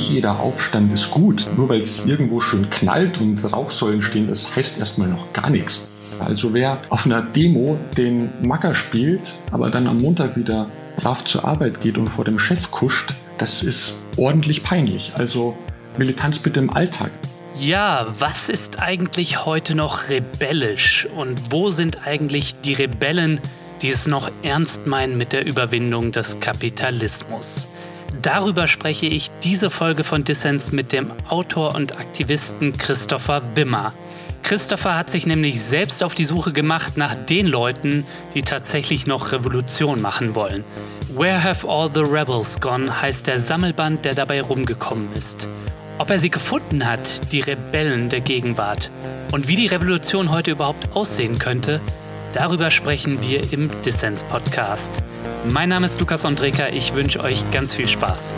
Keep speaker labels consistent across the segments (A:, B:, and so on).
A: nicht jeder Aufstand ist gut. Nur weil es irgendwo schön knallt und Rauchsäulen stehen, das heißt erstmal noch gar nichts. Also wer auf einer Demo den Macker spielt, aber dann am Montag wieder brav zur Arbeit geht und vor dem Chef kuscht, das ist ordentlich peinlich. Also Militanz bitte im Alltag.
B: Ja, was ist eigentlich heute noch rebellisch? Und wo sind eigentlich die Rebellen, die es noch ernst meinen mit der Überwindung des Kapitalismus? Darüber spreche ich diese Folge von Dissens mit dem Autor und Aktivisten Christopher Wimmer. Christopher hat sich nämlich selbst auf die Suche gemacht nach den Leuten, die tatsächlich noch Revolution machen wollen. Where Have All the Rebels Gone heißt der Sammelband, der dabei rumgekommen ist. Ob er sie gefunden hat, die Rebellen der Gegenwart, und wie die Revolution heute überhaupt aussehen könnte, darüber sprechen wir im Dissens-Podcast. Mein Name ist Lukas Ondreka, ich wünsche euch ganz viel Spaß.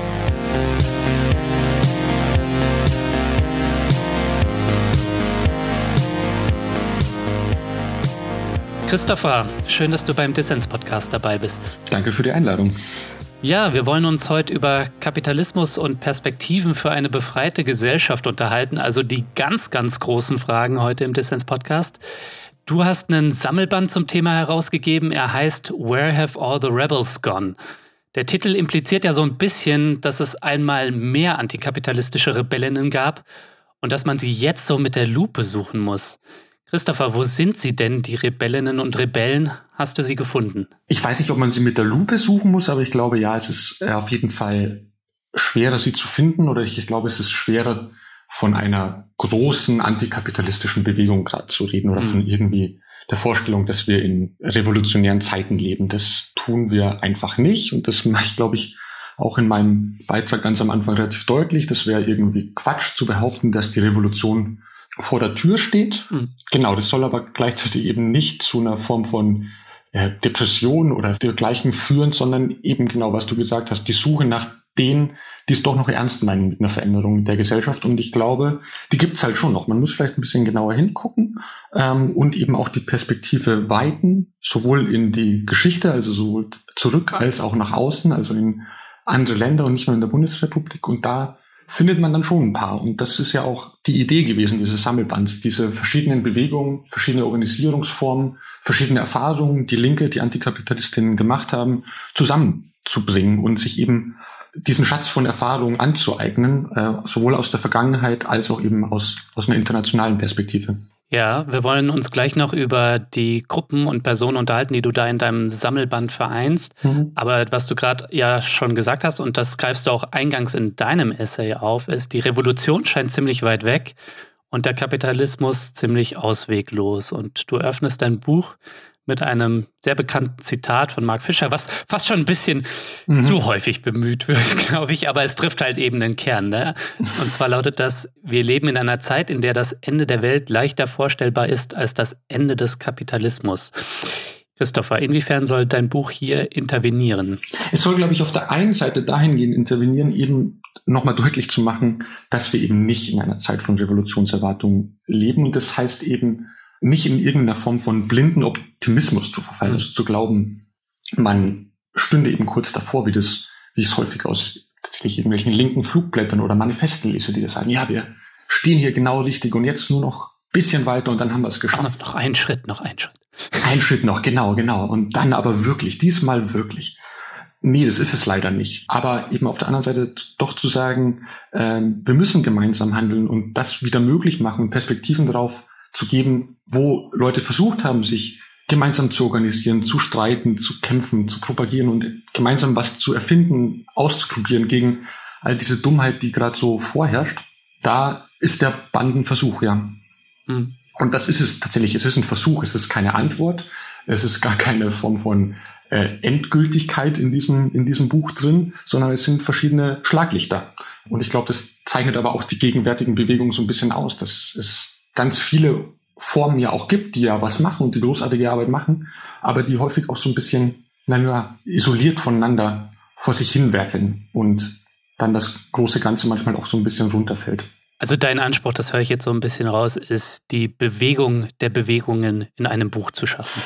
B: Christopher, schön, dass du beim Dissens-Podcast dabei bist.
A: Danke für die Einladung.
B: Ja, wir wollen uns heute über Kapitalismus und Perspektiven für eine befreite Gesellschaft unterhalten, also die ganz, ganz großen Fragen heute im Dissens-Podcast. Du hast einen Sammelband zum Thema herausgegeben, er heißt Where Have All the Rebels Gone? Der Titel impliziert ja so ein bisschen, dass es einmal mehr antikapitalistische Rebellinnen gab und dass man sie jetzt so mit der Lupe suchen muss. Christopher, wo sind sie denn, die Rebellinnen und Rebellen? Hast du sie gefunden?
A: Ich weiß nicht, ob man sie mit der Lupe suchen muss, aber ich glaube, ja, es ist auf jeden Fall schwerer, sie zu finden. Oder ich glaube, es ist schwerer, von einer großen antikapitalistischen Bewegung gerade zu reden oder von irgendwie der Vorstellung, dass wir in revolutionären Zeiten leben. Das tun wir einfach nicht. Und das mache ich, glaube ich, auch in meinem Beitrag ganz am Anfang relativ deutlich. Das wäre irgendwie Quatsch zu behaupten, dass die Revolution vor der Tür steht. Genau, das soll aber gleichzeitig eben nicht zu einer Form von Depression oder dergleichen führen, sondern eben genau, was du gesagt hast, die Suche nach denen, die es doch noch ernst meinen mit einer Veränderung der Gesellschaft. Und ich glaube, die gibt's halt schon noch. Man muss vielleicht ein bisschen genauer hingucken und eben auch die Perspektive weiten, sowohl in die Geschichte, also sowohl zurück als auch nach außen, also in andere Länder und nicht nur in der Bundesrepublik. Und da findet man dann schon ein paar. Und das ist ja auch die Idee gewesen, dieses Sammelbands, diese verschiedenen Bewegungen, verschiedene Organisierungsformen, verschiedene Erfahrungen, die Linke, die Antikapitalistinnen gemacht haben, zusammenzubringen und sich eben diesen Schatz von Erfahrungen anzueignen, sowohl aus der Vergangenheit als auch eben aus einer internationalen Perspektive.
B: Ja, wir wollen uns gleich noch über die Gruppen und Personen unterhalten, die du da in deinem Sammelband vereinst. Aber was du gerade ja schon gesagt hast, und das greifst du auch eingangs in deinem Essay auf, ist, die Revolution scheint ziemlich weit weg und der Kapitalismus ziemlich ausweglos. Und du öffnest dein Buch mit einem sehr bekannten Zitat von Mark Fisher, was fast schon ein bisschen zu häufig bemüht wird, glaube ich, aber es trifft halt eben den Kern, ne? Und zwar lautet das: Wir leben in einer Zeit, in der das Ende der Welt leichter vorstellbar ist als das Ende des Kapitalismus. Christopher, inwiefern soll dein Buch hier intervenieren?
A: Es soll, glaube ich, auf der einen Seite dahingehend intervenieren, eben nochmal deutlich zu machen, dass wir eben nicht in einer Zeit von Revolutionserwartungen leben. Und das heißt eben, nicht in irgendeiner Form von blinden Optimismus zu verfallen, also zu glauben, man stünde eben kurz davor, wie ich es häufig aus tatsächlich irgendwelchen linken Flugblättern oder Manifesten lese, die da sagen, ja, wir stehen hier genau richtig und jetzt nur noch ein bisschen weiter und dann haben wir es geschafft.
B: Noch ein Schritt.
A: Ein Schritt noch, genau. Und dann aber wirklich, diesmal wirklich. Nee, das ist es leider nicht. Aber eben auf der anderen Seite doch zu sagen, wir müssen gemeinsam handeln und das wieder möglich machen, Perspektiven darauf zu geben, wo Leute versucht haben, sich gemeinsam zu organisieren, zu streiten, zu kämpfen, zu propagieren und gemeinsam was zu erfinden, auszuprobieren gegen all diese Dummheit, die gerade so vorherrscht. Da ist der Band ein Versuch, ja. Und das ist es tatsächlich. Es ist ein Versuch, es ist keine Antwort, es ist gar keine Form von Endgültigkeit in diesem Buch drin, sondern es sind verschiedene Schlaglichter. Und ich glaube, das zeichnet aber auch die gegenwärtigen Bewegungen so ein bisschen aus, dass es ganz viele Formen ja auch gibt, die ja was machen und die großartige Arbeit machen, aber die häufig auch so ein bisschen isoliert voneinander vor sich hinwerkeln und dann das große Ganze manchmal auch so ein bisschen runterfällt.
B: Also dein Anspruch, das höre ich jetzt so ein bisschen raus, ist die Bewegung der Bewegungen in einem Buch zu schaffen.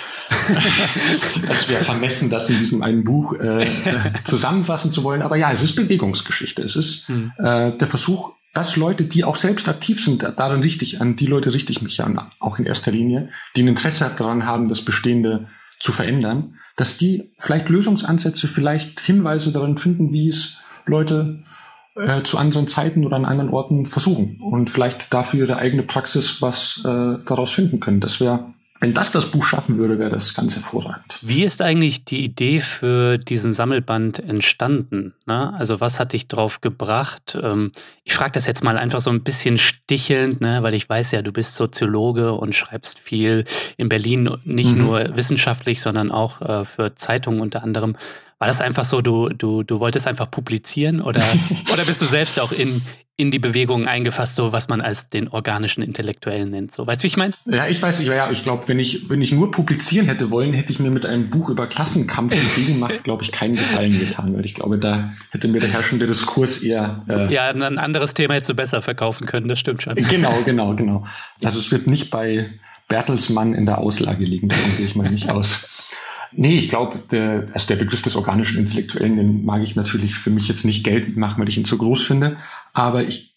A: Das wäre vermessen, das in diesem einen Buch zusammenfassen zu wollen. Aber ja, es ist Bewegungsgeschichte. Es ist der Versuch, dass Leute, die auch selbst aktiv sind, an die Leute richte ich mich ja an, auch in erster Linie, die ein Interesse daran haben, das Bestehende zu verändern, dass die vielleicht Lösungsansätze, vielleicht Hinweise daran finden, wie es Leute zu anderen Zeiten oder an anderen Orten versuchen und vielleicht dafür ihre eigene Praxis was daraus finden können. Das wäre, wenn das Buch schaffen würde, wäre das ganz hervorragend.
B: Wie ist eigentlich die Idee für diesen Sammelband entstanden? Ne? Also was hat dich drauf gebracht? Ich frage das jetzt mal einfach so ein bisschen stichelnd, ne? Weil ich weiß ja, du bist Soziologe und schreibst viel in Berlin, nicht nur wissenschaftlich, sondern auch für Zeitungen unter anderem. War das einfach so, du wolltest einfach publizieren oder bist du selbst auch in die Bewegung eingefasst, so was man als den organischen Intellektuellen nennt? So, weißt du, wie ich meine?
A: Ja, ich weiß, ich glaube, wenn ich nur publizieren hätte wollen, hätte ich mir mit einem Buch über Klassenkampf und Gegenmacht, glaube ich, keinen Gefallen getan, weil ich glaube, da hätte mir der herrschende Diskurs eher...
B: ja, ein anderes Thema hättest du besser verkaufen können, das stimmt schon.
A: Genau. Also es wird nicht bei Bertelsmann in der Auslage liegen, davon gehe ich mal nicht aus. Nee, ich glaube, der Begriff des organischen Intellektuellen, den mag ich natürlich für mich jetzt nicht geltend machen, weil ich ihn zu groß finde. Aber ich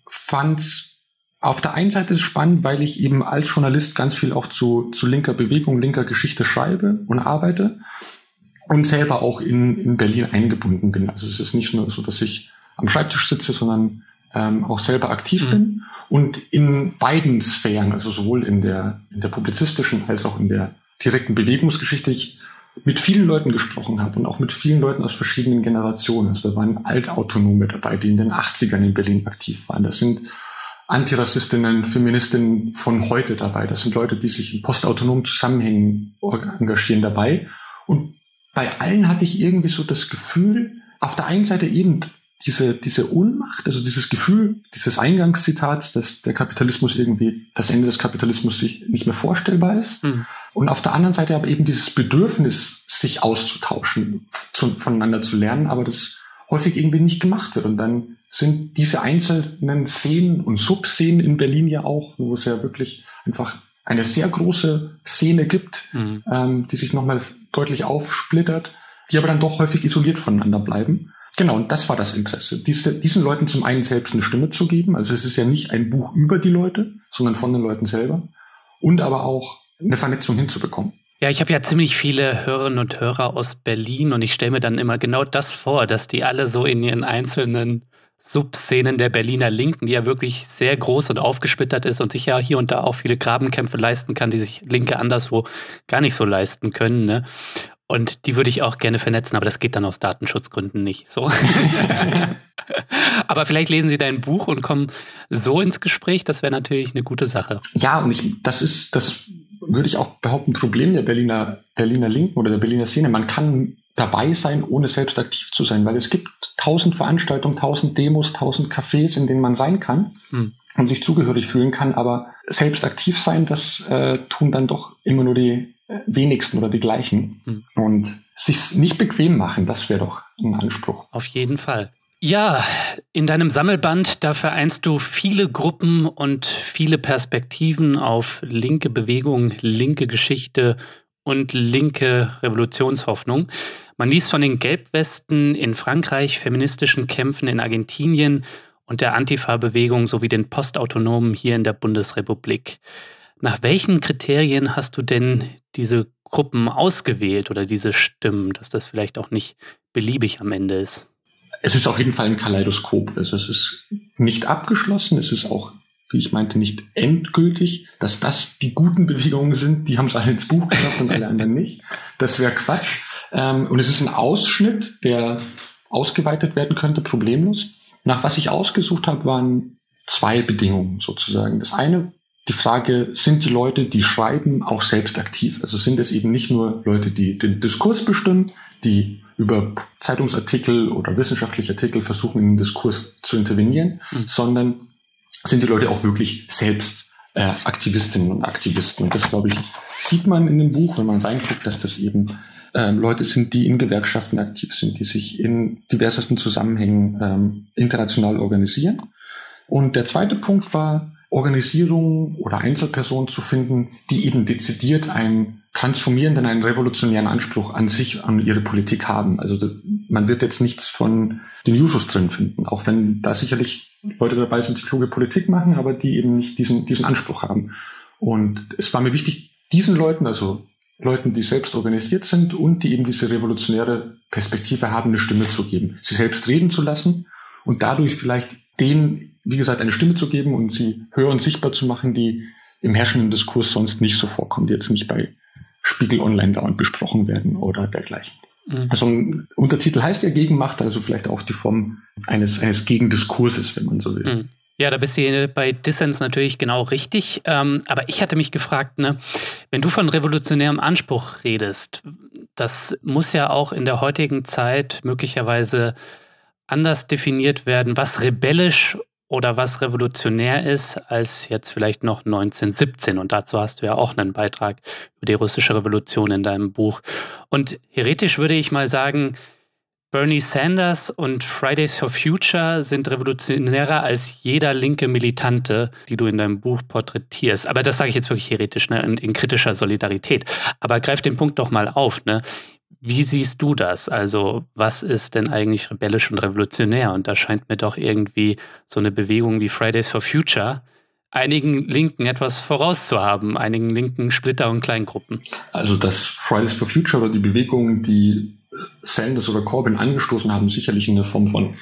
A: fand's auf der einen Seite spannend, weil ich eben als Journalist ganz viel auch zu linker Bewegung, linker Geschichte schreibe und arbeite und selber auch in Berlin eingebunden bin. Also es ist nicht nur so, dass ich am Schreibtisch sitze, sondern auch selber aktiv bin und in beiden Sphären, also sowohl in der publizistischen als auch in der direkten Bewegungsgeschichte, ich mit vielen Leuten gesprochen habe und auch mit vielen Leuten aus verschiedenen Generationen. Also da waren Altautonome dabei, die in den 80ern in Berlin aktiv waren. Das sind Antirassistinnen, Feministinnen von heute dabei. Das sind Leute, die sich in postautonomen Zusammenhängen engagieren dabei. Und bei allen hatte ich irgendwie so das Gefühl, auf der einen Seite eben diese Ohnmacht, also dieses Gefühl, dieses Eingangszitats, dass der Kapitalismus irgendwie, das Ende des Kapitalismus sich nicht mehr vorstellbar ist. Und auf der anderen Seite aber eben dieses Bedürfnis, sich auszutauschen, voneinander zu lernen, aber das häufig irgendwie nicht gemacht wird. Und dann sind diese einzelnen Szenen und Subszenen in Berlin ja auch, wo es ja wirklich einfach eine sehr große Szene gibt, die sich nochmal deutlich aufsplittert, die aber dann doch häufig isoliert voneinander bleiben. Genau, und das war das Interesse, diesen Leuten zum einen selbst eine Stimme zu geben. Also es ist ja nicht ein Buch über die Leute, sondern von den Leuten selber. Und aber auch eine Vernetzung hinzubekommen.
B: Ja, ich habe ja ziemlich viele Hörerinnen und Hörer aus Berlin und ich stelle mir dann immer genau das vor, dass die alle so in ihren einzelnen Subszenen der Berliner Linken, die ja wirklich sehr groß und aufgesplittert ist und sich ja hier und da auch viele Grabenkämpfe leisten kann, die sich Linke anderswo gar nicht so leisten können, ne? Und die würde ich auch gerne vernetzen, aber das geht dann aus Datenschutzgründen nicht. So. Aber vielleicht lesen Sie dein Buch und kommen so ins Gespräch. Das wäre natürlich eine gute Sache.
A: Ja, und das würde ich auch behaupten, Problem der Berliner Linken oder der Berliner Szene. Man kann dabei sein, ohne selbst aktiv zu sein, weil es gibt 1000 Veranstaltungen, 1000 Demos, 1000 Cafés, in denen man sein kann und sich zugehörig fühlen kann. Aber selbst aktiv sein, das tun dann doch immer nur die wenigsten oder die gleichen. Und sich's nicht bequem machen, das wäre doch ein Anspruch.
B: Auf jeden Fall. Ja, in deinem Sammelband, da vereinst du viele Gruppen und viele Perspektiven auf linke Bewegung, linke Geschichte und linke Revolutionshoffnung. Man liest von den Gelbwesten in Frankreich, feministischen Kämpfen in Argentinien und der Antifa-Bewegung sowie den Postautonomen hier in der Bundesrepublik. Nach welchen Kriterien hast du denn diese Gruppen ausgewählt oder diese Stimmen, dass das vielleicht auch nicht beliebig am Ende ist?
A: Es ist auf jeden Fall ein Kaleidoskop. Also es ist nicht abgeschlossen. Es ist auch, wie ich meinte, nicht endgültig. Dass das die guten Bewegungen sind, die haben es alle ins Buch geschafft und alle anderen nicht. Das wäre Quatsch. Und es ist ein Ausschnitt, der ausgeweitet werden könnte, problemlos. Nach was ich ausgesucht habe, waren 2 Bedingungen sozusagen. Das eine, die Frage, sind die Leute, die schreiben, auch selbst aktiv? Also sind es eben nicht nur Leute, die den Diskurs bestimmen, die über Zeitungsartikel oder wissenschaftliche Artikel versuchen, in den Diskurs zu intervenieren, sondern sind die Leute auch wirklich selbst Aktivistinnen und Aktivisten. Und das, glaube ich, sieht man in dem Buch, wenn man reinguckt, dass das eben Leute sind, die in Gewerkschaften aktiv sind, die sich in diversesten Zusammenhängen international organisieren, Und der zweite Punkt war, Organisierungen oder Einzelpersonen zu finden, die eben dezidiert einen transformierenden, einen revolutionären Anspruch an sich, an ihre Politik haben. Also man wird jetzt nichts von den Jusos drin finden, auch wenn da sicherlich Leute dabei sind, die kluge Politik machen, aber die eben nicht diesen Anspruch haben. Und es war mir wichtig, diesen Leuten, also Leuten, die selbst organisiert sind und die eben diese revolutionäre Perspektive haben, eine Stimme zu geben, sie selbst reden zu lassen und dadurch vielleicht denen, wie gesagt, eine Stimme zu geben und sie höher und sichtbar zu machen, die im herrschenden Diskurs sonst nicht so vorkommen, die jetzt nicht bei Spiegel Online dauernd besprochen werden oder dergleichen. Mhm. Also ein Untertitel heißt ja Gegenmacht, also vielleicht auch die Form eines Gegendiskurses, wenn man so will.
B: Mhm. Ja, da bist du bei Dissens natürlich genau richtig. Aber ich hatte mich gefragt, ne, wenn du von revolutionärem Anspruch redest, das muss ja auch in der heutigen Zeit möglicherweise anders definiert werden, was rebellisch oder was revolutionär ist, als jetzt vielleicht noch 1917. Und dazu hast du ja auch einen Beitrag über die russische Revolution in deinem Buch. Und theoretisch würde ich mal sagen, Bernie Sanders und Fridays for Future sind revolutionärer als jeder linke Militante, die du in deinem Buch porträtierst. Aber das sage ich jetzt wirklich theoretisch, ne, in kritischer Solidarität. Aber greif den Punkt doch mal auf, ne? Wie siehst du das? Also was ist denn eigentlich rebellisch und revolutionär? Und da scheint mir doch irgendwie so eine Bewegung wie Fridays for Future einigen Linken etwas vorauszuhaben, einigen linken Splitter- und Kleingruppen.
A: Also dass Fridays for Future oder die Bewegungen, die Sanders oder Corbyn angestoßen haben, sicherlich eine Form von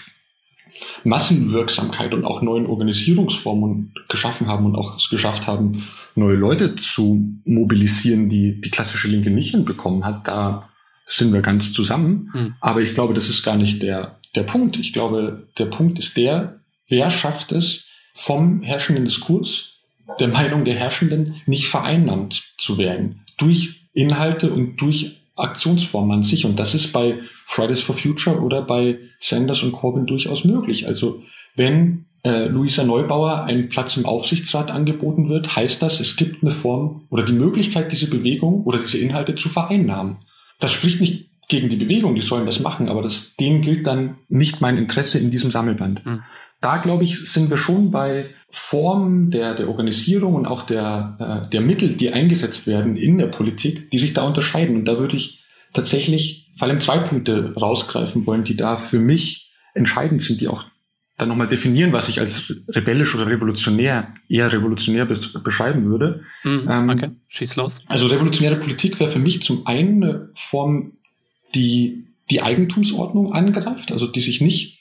A: Massenwirksamkeit und auch neuen Organisierungsformen geschaffen haben und auch es geschafft haben, neue Leute zu mobilisieren, die die klassische Linke nicht hinbekommen hat. Da sind wir ganz zusammen. Aber ich glaube, das ist gar nicht der Punkt. Ich glaube, der Punkt ist wer schafft es, vom herrschenden Diskurs, der Meinung der Herrschenden, nicht vereinnahmt zu werden. Durch Inhalte und durch Aktionsformen an sich. Und das ist bei Fridays for Future oder bei Sanders und Corbyn durchaus möglich. Also wenn Luisa Neubauer einen Platz im Aufsichtsrat angeboten wird, heißt das, es gibt eine Form oder die Möglichkeit, diese Bewegung oder diese Inhalte zu vereinnahmen. Das spricht nicht gegen die Bewegung, die sollen das machen, aber denen gilt dann nicht mein Interesse in diesem Sammelband. Da, glaube ich, sind wir schon bei Formen der Organisierung und auch der Mittel, die eingesetzt werden in der Politik, die sich da unterscheiden. Und da würde ich tatsächlich vor allem 2 Punkte rausgreifen wollen, die da für mich entscheidend sind, die auch dann nochmal definieren, was ich als rebellisch oder eher revolutionär beschreiben würde.
B: Okay, schieß los.
A: Also revolutionäre Politik wäre für mich zum einen eine Form, die Eigentumsordnung angreift, also die sich nicht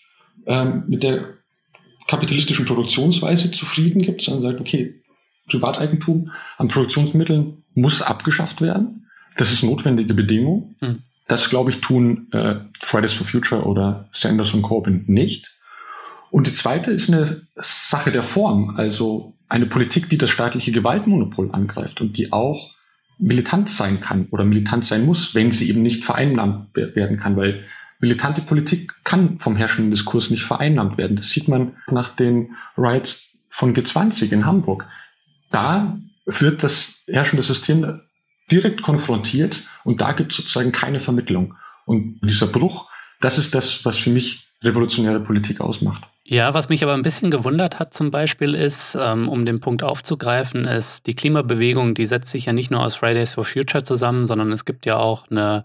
A: mit der kapitalistischen Produktionsweise zufrieden gibt, sondern sagt, okay, Privateigentum an Produktionsmitteln muss abgeschafft werden. Das ist notwendige Bedingung. Das, glaube ich, tun Fridays for Future oder Sanders und Corbyn nicht. Und die zweite ist eine Sache der Form, also eine Politik, die das staatliche Gewaltmonopol angreift und die auch militant sein kann oder militant sein muss, wenn sie eben nicht vereinnahmt werden kann, weil militante Politik kann vom herrschenden Diskurs nicht vereinnahmt werden. Das sieht man nach den Riots von G20 in Hamburg. Da wird das herrschende System direkt konfrontiert und da gibt es sozusagen keine Vermittlung. Und dieser Bruch, das ist das, was für mich revolutionäre Politik ausmacht.
B: Ja, was mich aber ein bisschen gewundert hat zum Beispiel ist, um den Punkt aufzugreifen, ist die Klimabewegung, die setzt sich ja nicht nur aus Fridays for Future zusammen, sondern es gibt ja auch eine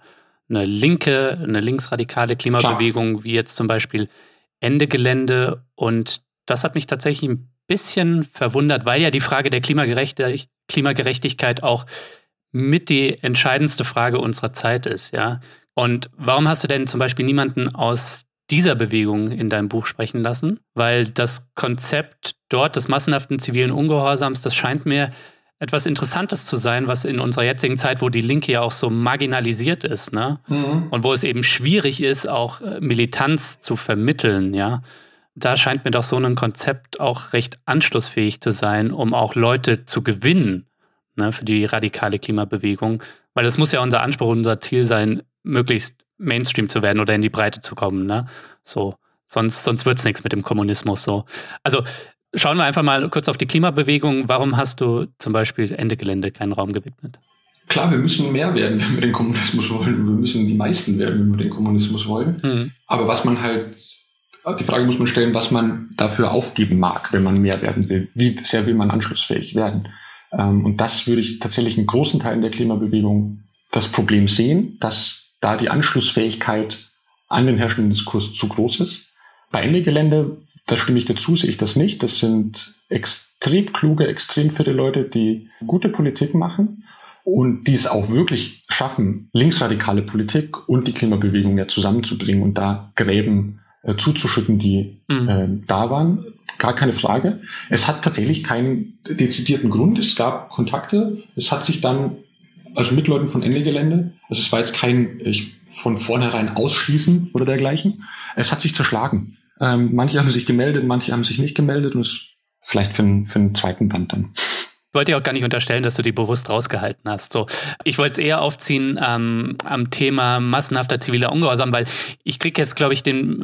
B: linksradikale Klimabewegung, klar, wie jetzt zum Beispiel Ende Gelände. Und das hat mich tatsächlich ein bisschen verwundert, weil ja die Frage der Klimagerechtigkeit auch mit die entscheidendste Frage unserer Zeit ist, ja. Und warum hast du denn zum Beispiel niemanden aus dieser Bewegung in deinem Buch sprechen lassen? Weil das Konzept dort des massenhaften zivilen Ungehorsams, das scheint mir etwas Interessantes zu sein, was in unserer jetzigen Zeit, wo die Linke ja auch so marginalisiert ist, ne? Und wo es eben schwierig ist, auch Militanz zu vermitteln, ja. Da scheint mir doch so ein Konzept auch recht anschlussfähig zu sein, um auch Leute zu gewinnen, ne, für die radikale Klimabewegung. Weil es muss ja unser Anspruch, unser Ziel sein, möglichst Mainstream zu werden oder in die Breite zu kommen, ne? So, sonst wird's nichts mit dem Kommunismus so. Also schauen wir einfach mal kurz auf die Klimabewegung. Warum hast du zum Beispiel Ende Gelände keinen Raum gewidmet?
A: Klar, wir müssen mehr werden, wenn wir den Kommunismus wollen. Wir müssen die meisten werden, wenn wir den Kommunismus wollen. Aber was man halt Die Frage muss man stellen, was man dafür aufgeben mag, wenn man mehr werden will. Wie sehr will man anschlussfähig werden? Und das würde ich tatsächlich in großen Teilen der Klimabewegung das Problem sehen, dass da die Anschlussfähigkeit an den herrschenden Diskurs zu groß ist. Bei Ende Gelände, da stimme ich dazu, sehe ich das nicht. Das sind extrem kluge, extrem fitte Leute, die gute Politik machen und die es auch wirklich schaffen, linksradikale Politik und die Klimabewegung ja zusammenzubringen und da Gräben zuzuschütten, die da waren. Gar keine Frage. Es hat tatsächlich keinen dezidierten Grund. Es gab Kontakte. Es hat sich dann, also mit Leuten von Ende Gelände, also es war jetzt kein von vornherein ausschließen oder dergleichen. Es hat sich zerschlagen. Manche haben sich gemeldet, manche haben sich nicht gemeldet und es vielleicht für einen zweiten Band dann.
B: Ich wollte dir auch gar nicht unterstellen, dass du die bewusst rausgehalten hast. So, ich wollte es eher aufziehen am Thema massenhafter ziviler Ungehorsam, weil ich kriege jetzt, glaube ich,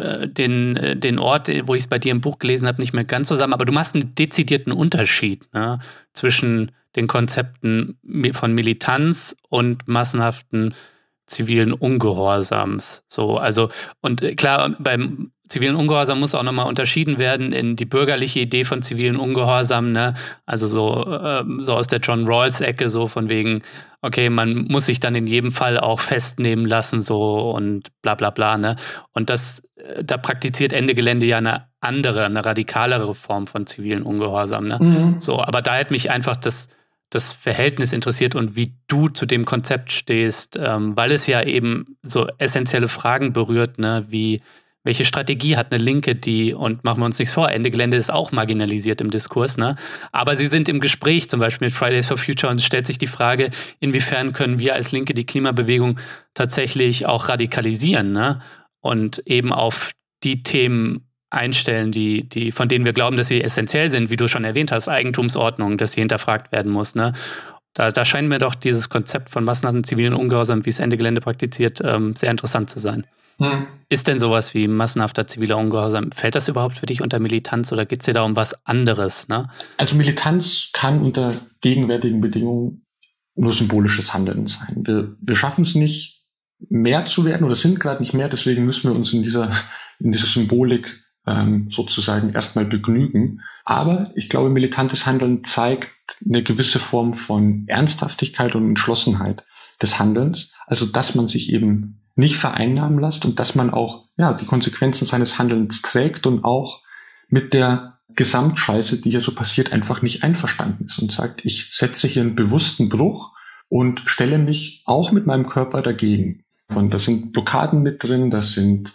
B: den Ort, wo ich es bei dir im Buch gelesen habe, nicht mehr ganz zusammen. Aber du machst einen dezidierten Unterschied, ne, zwischen den Konzepten von Militanz und massenhaften zivilen Ungehorsams. So, also, und klar, beim zivilen Ungehorsam muss auch nochmal unterschieden werden in die bürgerliche Idee von zivilen Ungehorsam, ne? Also so aus der John Rawls-Ecke, so von wegen, okay, man muss sich dann in jedem Fall auch festnehmen lassen, so und bla bla bla, ne? Und da praktiziert Ende Gelände ja eine radikalere Form von zivilen Ungehorsam, ne? Mhm. So, aber da hätte mich einfach das Verhältnis interessiert und wie du zu dem Konzept stehst, weil es ja eben so essentielle Fragen berührt, ne, wie welche Strategie hat eine Linke, und machen wir uns nichts vor, Ende Gelände ist auch marginalisiert im Diskurs, ne? Aber sie sind im Gespräch, zum Beispiel mit Fridays for Future, und es stellt sich die Frage, inwiefern können wir als Linke die Klimabewegung tatsächlich auch radikalisieren, ne? Und eben auf die Themen einstellen, die von denen wir glauben, dass sie essentiell sind, wie du schon erwähnt hast, Eigentumsordnung, dass sie hinterfragt werden muss, ne? Da scheint mir doch dieses Konzept von massenhaften zivilen Ungehorsam, wie es Ende Gelände praktiziert, sehr interessant zu sein. Ist denn sowas wie massenhafter ziviler Ungehorsam, fällt das überhaupt für dich unter Militanz oder geht es dir da um was anderes? Ne?
A: Also Militanz kann unter gegenwärtigen Bedingungen nur symbolisches Handeln sein. Wir schaffen es nicht, mehr zu werden oder sind gerade nicht mehr, deswegen müssen wir uns in dieser Symbolik sozusagen erstmal begnügen. Aber ich glaube, militantes Handeln zeigt eine gewisse Form von Ernsthaftigkeit und Entschlossenheit des Handelns. Also, dass man sich eben nicht vereinnahmen lässt und dass man auch die Konsequenzen seines Handelns trägt und auch mit der Gesamtscheiße, die hier so passiert, einfach nicht einverstanden ist und sagt, ich setze hier einen bewussten Bruch und stelle mich auch mit meinem Körper dagegen. Da sind Blockaden mit drin, das sind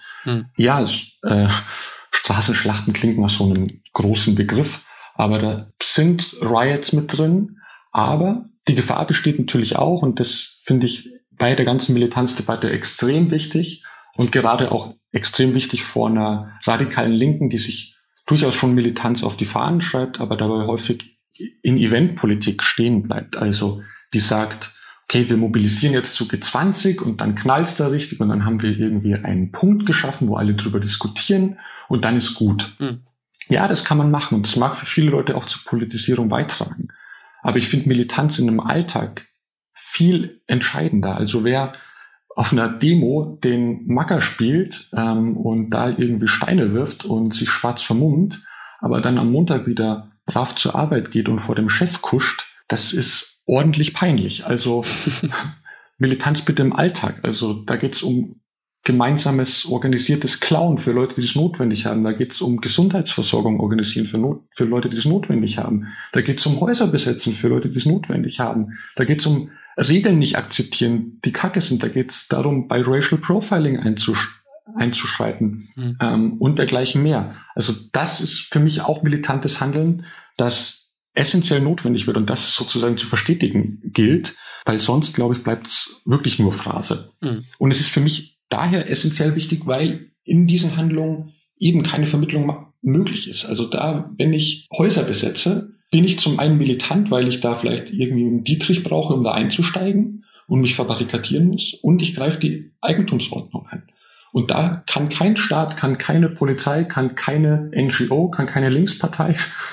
A: Straßenschlachten klingt nach so einem großen Begriff, aber da sind Riots mit drin, aber die Gefahr besteht natürlich auch, und das finde ich bei der ganzen Militanzdebatte extrem wichtig und gerade auch extrem wichtig vor einer radikalen Linken, die sich durchaus schon Militanz auf die Fahnen schreibt, aber dabei häufig in Eventpolitik stehen bleibt. Also die sagt, okay, wir mobilisieren jetzt zu G20 und dann knallt's da richtig und dann haben wir irgendwie einen Punkt geschaffen, wo alle drüber diskutieren und dann ist gut. Ja, das kann man machen und das mag für viele Leute auch zur Politisierung beitragen. Aber ich finde Militanz in einem Alltag viel entscheidender. Also wer auf einer Demo den Macker spielt und da irgendwie Steine wirft und sich schwarz vermummt, aber dann am Montag wieder brav zur Arbeit geht und vor dem Chef kuscht, das ist ordentlich peinlich. Also Militanz bitte im Alltag. Also da geht's um gemeinsames, organisiertes Klauen für Leute, die es notwendig haben. Da geht es um Gesundheitsversorgung organisieren für Leute, die es notwendig haben. Da geht es um Häuser besetzen für Leute, die es notwendig haben. Da geht es um Regeln nicht akzeptieren, die kacke sind. Da geht es darum, bei Racial Profiling einzuschreiten und dergleichen mehr. Also das ist für mich auch militantes Handeln, das essentiell notwendig wird und das sozusagen zu verstetigen gilt, weil sonst, glaube ich, bleibt es wirklich nur Phrase. Und es ist für mich daher essentiell wichtig, weil in diesen Handlungen eben keine Vermittlung möglich ist. Also da, wenn ich Häuser besetze, bin ich zum einen militant, weil ich da vielleicht irgendwie einen Dietrich brauche, um da einzusteigen und mich verbarrikadieren muss, und ich greife die Eigentumsordnung an. Und da kann kein Staat, kann keine Polizei, kann keine NGO, kann keine Linkspartei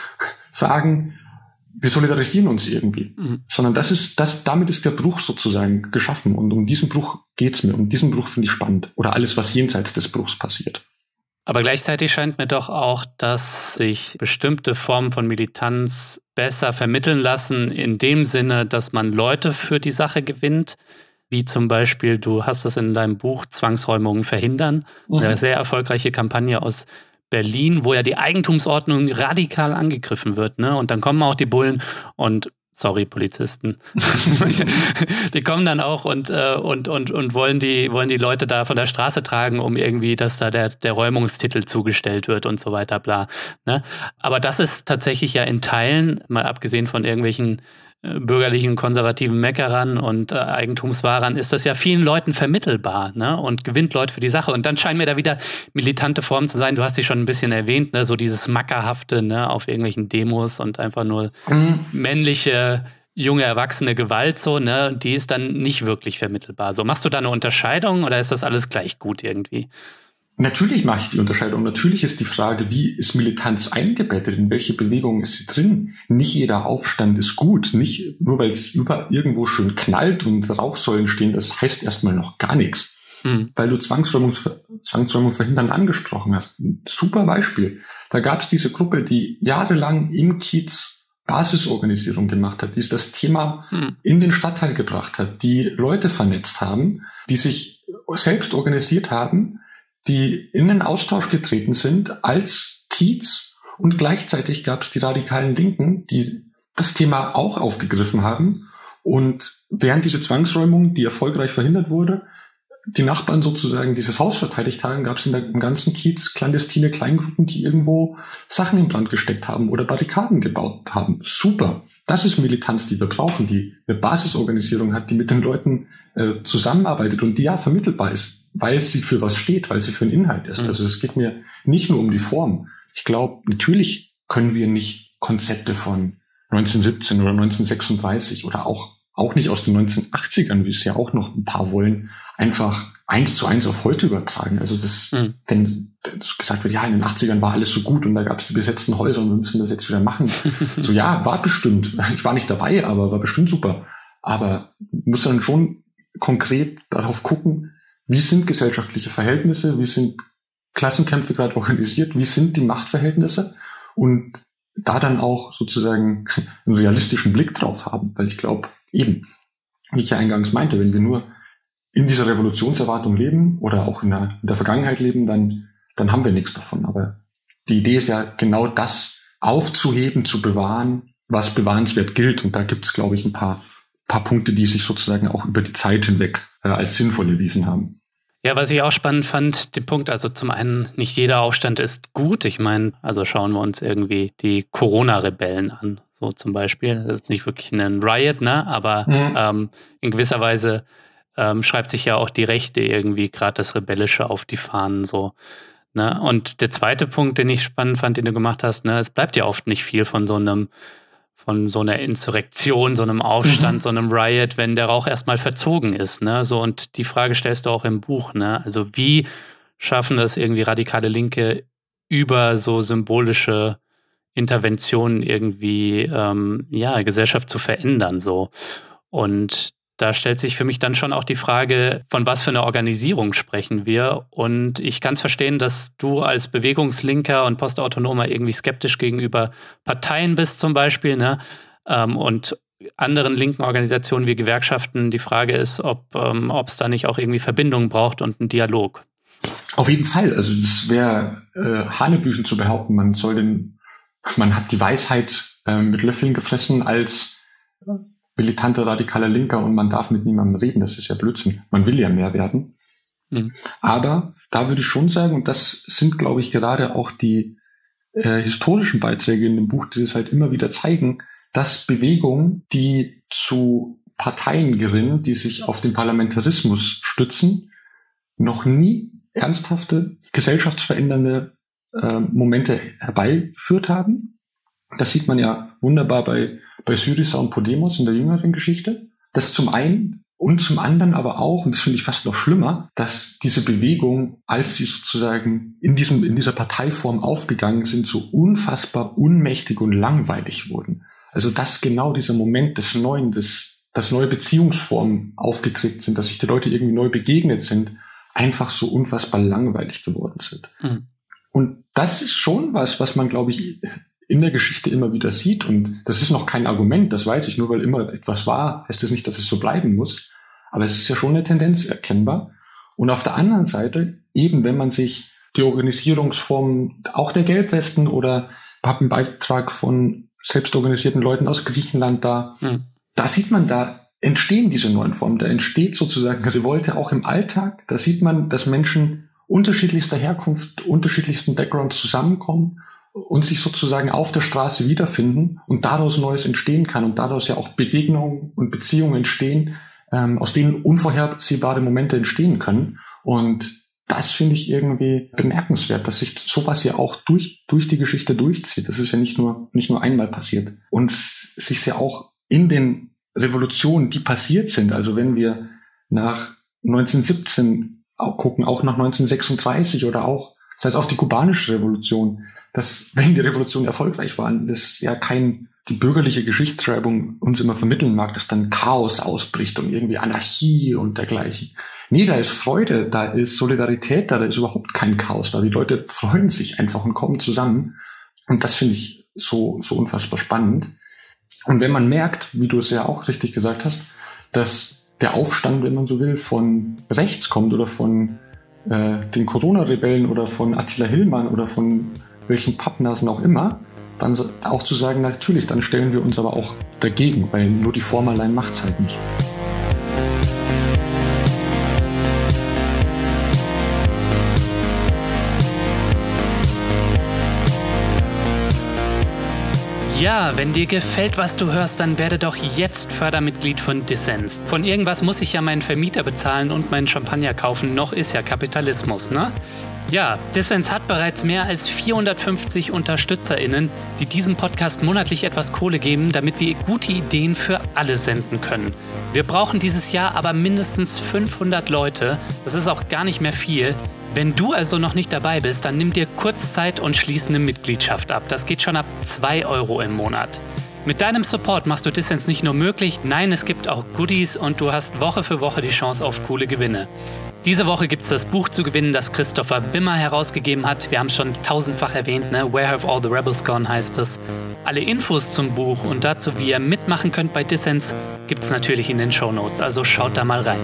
A: sagen, wir solidarisieren uns irgendwie. Sondern damit ist der Bruch sozusagen geschaffen. Und um diesen Bruch geht's mir. Und diesen Bruch finde ich spannend. Oder alles, was jenseits des Bruchs passiert.
B: Aber gleichzeitig scheint mir doch auch, dass sich bestimmte Formen von Militanz besser vermitteln lassen, in dem Sinne, dass man Leute für die Sache gewinnt, wie zum Beispiel, du hast das in deinem Buch Zwangsräumungen verhindern, eine sehr erfolgreiche Kampagne aus Berlin, wo ja die Eigentumsordnung radikal angegriffen wird, ne? Und dann kommen auch die Bullen und sorry, Polizisten. Die kommen dann auch und wollen die Leute da von der Straße tragen, um irgendwie, dass da der Räumungstitel zugestellt wird und so weiter, bla. Ne? Aber das ist tatsächlich ja in Teilen, mal abgesehen von irgendwelchen bürgerlichen, konservativen Meckerern und Eigentumswahrern, ist das ja vielen Leuten vermittelbar, ne? Und gewinnt Leute für die Sache. Und dann scheinen mir da wieder militante Formen zu sein. Du hast sie schon ein bisschen erwähnt, ne? So dieses Mackerhafte, ne? Auf irgendwelchen Demos und einfach nur männliche, junge, erwachsene Gewalt, so, ne? Die ist dann nicht wirklich vermittelbar. So, machst du da eine Unterscheidung oder ist das alles gleich gut irgendwie?
A: Natürlich mache ich die Unterscheidung. Natürlich ist die Frage, wie ist Militanz eingebettet? In welche Bewegung ist sie drin? Nicht jeder Aufstand ist gut. Nicht nur, weil es irgendwo schön knallt und Rauchsäulen stehen, das heißt erstmal noch gar nichts. Weil du Zwangsräumung verhindern angesprochen hast. Ein super Beispiel. Da gab es diese Gruppe, die jahrelang im Kiez Basisorganisierung gemacht hat, die das Thema in den Stadtteil gebracht hat, die Leute vernetzt haben, die sich selbst organisiert haben, die in den Austausch getreten sind als Kiez, und gleichzeitig gab es die radikalen Linken, die das Thema auch aufgegriffen haben, und während diese Zwangsräumung, die erfolgreich verhindert wurde, die Nachbarn sozusagen dieses Haus verteidigt haben, gab es im ganzen Kiez clandestine Kleingruppen, die irgendwo Sachen in Brand gesteckt haben oder Barrikaden gebaut haben. Super. Das ist Militanz, die wir brauchen, die eine Basisorganisierung hat, die mit den Leuten zusammenarbeitet und die ja vermittelbar ist, weil sie für was steht, weil sie für einen Inhalt ist. Also es geht mir nicht nur um die Form. Ich glaube, natürlich können wir nicht Konzepte von 1917 oder 1936 oder auch nicht aus den 1980ern, wie es ja auch noch ein paar wollen, einfach 1:1 auf heute übertragen. Also wenn gesagt wird, ja, in den 80ern war alles so gut und da gab es die besetzten Häuser und wir müssen das jetzt wieder machen. So, ja, war bestimmt. Ich war nicht dabei, aber war bestimmt super. Aber muss dann schon konkret darauf gucken, wie sind gesellschaftliche Verhältnisse, wie sind Klassenkämpfe gerade organisiert, wie sind die Machtverhältnisse, und da dann auch sozusagen einen realistischen Blick drauf haben. Weil ich glaube, eben, wie ich ja eingangs meinte, wenn wir nur in dieser Revolutionserwartung leben oder auch in der Vergangenheit leben, dann haben wir nichts davon. Aber die Idee ist ja genau das aufzuheben, zu bewahren, was bewahrenswert gilt. Und da gibt es, glaube ich, ein paar Punkte, die sich sozusagen auch über die Zeit hinweg als sinnvoll erwiesen haben.
B: Ja, was ich auch spannend fand, den Punkt, also zum einen, nicht jeder Aufstand ist gut. Ich meine, also schauen wir uns irgendwie die Corona-Rebellen an, so zum Beispiel. Das ist nicht wirklich ein Riot, ne? Aber in gewisser Weise schreibt sich ja auch die Rechte irgendwie gerade das Rebellische auf die Fahnen, so. Ne? Und der zweite Punkt, den ich spannend fand, den du gemacht hast, ne, es bleibt ja oft nicht viel von so einer Insurrektion, so einem Aufstand, so einem Riot, wenn der Rauch erstmal verzogen ist, ne? So, und die Frage stellst du auch im Buch, ne? Also wie schaffen das irgendwie radikale Linke über so symbolische Interventionen irgendwie Gesellschaft zu verändern, so. Und da stellt sich für mich dann schon auch die Frage, von was für einer Organisierung sprechen wir? Und ich kann es verstehen, dass du als Bewegungslinker und Postautonomer irgendwie skeptisch gegenüber Parteien bist zum Beispiel, ne? Und anderen linken Organisationen wie Gewerkschaften. Die Frage ist, ob es da nicht auch irgendwie Verbindungen braucht und einen Dialog.
A: Auf jeden Fall. Also das wäre Hanebüchen zu behaupten, man hat die Weisheit mit Löffeln gefressen als militanter, radikaler Linker und man darf mit niemandem reden. Das ist ja Blödsinn. Man will ja mehr werden. Aber da würde ich schon sagen, und das sind, glaube ich, gerade auch die historischen Beiträge in dem Buch, die das halt immer wieder zeigen, dass Bewegungen, die zu Parteien gerinnen, die sich auf den Parlamentarismus stützen, noch nie ernsthafte, gesellschaftsverändernde Momente herbeigeführt haben. Das sieht man ja wunderbar bei Syriza und Podemos in der jüngeren Geschichte. Das zum einen, und zum anderen aber auch, und das finde ich fast noch schlimmer, dass diese Bewegung, als sie sozusagen in dieser Parteiform aufgegangen sind, so unfassbar unmächtig und langweilig wurden. Also dass genau dieser Moment des Neuen, dass neue Beziehungsformen aufgetreten sind, dass sich die Leute irgendwie neu begegnet sind, einfach so unfassbar langweilig geworden sind. Und das ist schon was man, glaube ich, in der Geschichte immer wieder sieht. Und das ist noch kein Argument, das weiß ich. Nur weil immer etwas war, heißt das nicht, dass es so bleiben muss. Aber es ist ja schon eine Tendenz erkennbar. Und auf der anderen Seite, eben wenn man sich die Organisierungsform auch der Gelbwesten oder habe einen Beitrag von selbstorganisierten Leuten aus Griechenland da, da sieht man, da entstehen diese neuen Formen. Da entsteht sozusagen Revolte auch im Alltag. Da sieht man, dass Menschen unterschiedlichster Herkunft, unterschiedlichsten Backgrounds zusammenkommen und sich sozusagen auf der Straße wiederfinden und daraus Neues entstehen kann und daraus ja auch Begegnungen und Beziehungen entstehen, aus denen unvorhersehbare Momente entstehen können. Und das finde ich irgendwie bemerkenswert, dass sich sowas ja auch durch die Geschichte durchzieht. Das ist ja nicht nur einmal passiert. Und sich ja auch in den Revolutionen, die passiert sind, also wenn wir nach 1917 auch gucken, auch nach 1936 oder auch, das heißt auch die kubanische Revolution, dass, wenn die Revolutionen erfolgreich waren, das ja die bürgerliche Geschichtsschreibung uns immer vermitteln mag, dass dann Chaos ausbricht und irgendwie Anarchie und dergleichen. Nee, da ist Freude, da ist Solidarität da ist überhaupt kein Chaos da. Die Leute freuen sich einfach und kommen zusammen. Und das finde ich so unfassbar spannend. Und wenn man merkt, wie du es ja auch richtig gesagt hast, dass der Aufstand, wenn man so will, von rechts kommt oder von den Corona-Rebellen oder von Attila Hillmann oder von welchen Pappnasen auch immer, dann auch zu sagen, natürlich, dann stellen wir uns aber auch dagegen, weil nur die Form allein macht's halt nicht.
B: Ja, wenn dir gefällt, was du hörst, dann werde doch jetzt Fördermitglied von Dissens. Von irgendwas muss ich ja meinen Vermieter bezahlen und meinen Champagner kaufen, noch ist ja Kapitalismus, ne? Ja, Dissens hat bereits mehr als 450 UnterstützerInnen, die diesem Podcast monatlich etwas Kohle geben, damit wir gute Ideen für alle senden können. Wir brauchen dieses Jahr aber mindestens 500 Leute. Das ist auch gar nicht mehr viel. Wenn du also noch nicht dabei bist, dann nimm dir kurz Zeit und schließ eine Mitgliedschaft ab. Das geht schon ab 2 € im Monat. Mit deinem Support machst du Dissens nicht nur möglich, nein, es gibt auch Goodies und du hast Woche für Woche die Chance auf coole Gewinne. Diese Woche gibt es das Buch zu gewinnen, das Christopher Wimmer herausgegeben hat. Wir haben es schon tausendfach erwähnt, ne? Where Have All the Rebels Gone heißt es. Alle Infos zum Buch und dazu, wie ihr mitmachen könnt bei Dissens, gibt es natürlich in den Shownotes, also schaut da mal rein.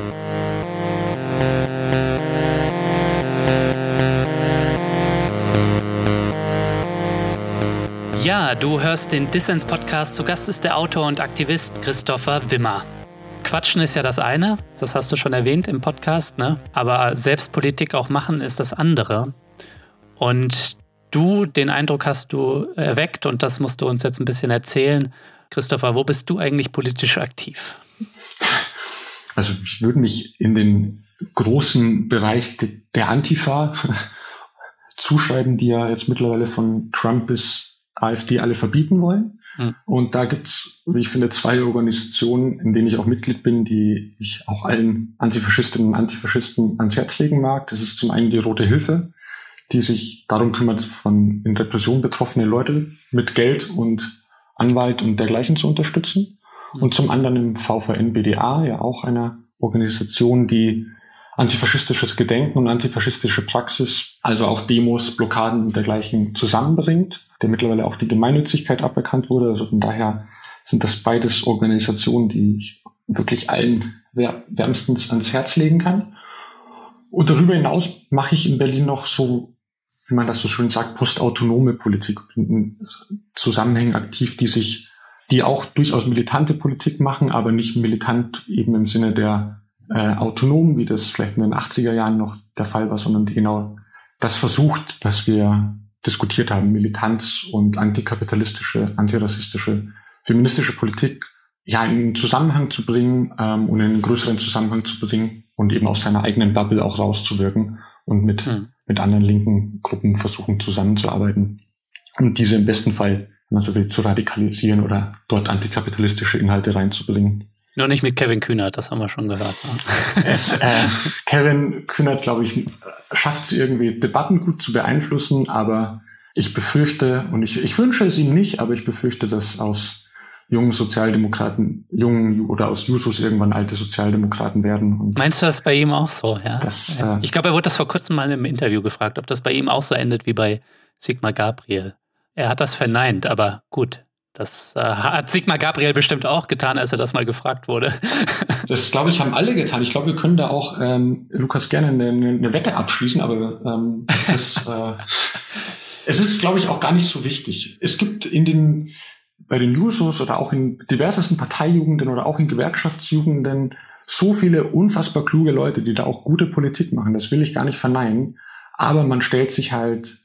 B: Ja, du hörst den Dissens-Podcast. Zu Gast ist der Autor und Aktivist Christopher Wimmer. Quatschen ist ja das eine, das hast du schon erwähnt im Podcast, ne? Aber Selbstpolitik auch machen ist das andere. Und du, den Eindruck hast du erweckt und das musst du uns jetzt ein bisschen erzählen. Christopher, wo bist du eigentlich politisch aktiv?
A: Also ich würde mich in den großen Bereich der Antifa zuschreiben, die ja jetzt mittlerweile von Trump bis AfD alle verbieten wollen. Und da gibt's, wie ich finde, 2 Organisationen, in denen ich auch Mitglied bin, die ich auch allen Antifaschistinnen und Antifaschisten ans Herz legen mag. Das ist zum einen die Rote Hilfe, die sich darum kümmert, von in Repression betroffene Leute mit Geld und Anwalt und dergleichen zu unterstützen. Und zum anderen im VVN-BDA, ja auch einer Organisation, die antifaschistisches Gedenken und antifaschistische Praxis, also auch Demos, Blockaden und dergleichen zusammenbringt, der mittlerweile auch die Gemeinnützigkeit aberkannt wurde. Also von daher sind das beides Organisationen, die ich wirklich allen wärmstens ans Herz legen kann. Und darüber hinaus mache ich in Berlin noch so, wie man das so schön sagt, postautonome Politik, in Zusammenhängen aktiv, die auch durchaus militante Politik machen, aber nicht militant eben im Sinne der autonom, wie das vielleicht in den 80er Jahren noch der Fall war, sondern die genau das versucht, was wir diskutiert haben, Militanz und antikapitalistische, antirassistische, feministische Politik ja in einen Zusammenhang zu bringen und in einen größeren Zusammenhang zu bringen und eben aus seiner eigenen Bubble auch rauszuwirken und mit anderen linken Gruppen versuchen zusammenzuarbeiten und diese im besten Fall, wenn man so will, zu radikalisieren oder dort antikapitalistische Inhalte reinzubringen.
B: Nur nicht mit Kevin Kühnert, das haben wir schon gehört. Ne?
A: Kevin Kühnert, glaube ich, schafft es irgendwie, Debatten gut zu beeinflussen, aber ich befürchte, und ich wünsche es ihm nicht, aber ich befürchte, dass aus jungen Sozialdemokraten, jungen oder aus Jusos irgendwann alte Sozialdemokraten werden. Und
B: meinst du das bei ihm auch so, ja? Ich glaube, er wurde das vor kurzem mal im Interview gefragt, ob das bei ihm auch so endet wie bei Sigmar Gabriel. Er hat das verneint, aber gut. Das hat Sigmar Gabriel bestimmt auch getan, als er das mal gefragt wurde.
A: Das, glaube ich, haben alle getan. Ich glaube, wir können da auch, Lukas, gerne eine Wette abschließen, aber es ist, glaube ich, auch gar nicht so wichtig. Es gibt bei den Jusos oder auch in diversesten Parteijugenden oder auch in Gewerkschaftsjugenden so viele unfassbar kluge Leute, die da auch gute Politik machen. Das will ich gar nicht verneinen. Aber man stellt sich halt,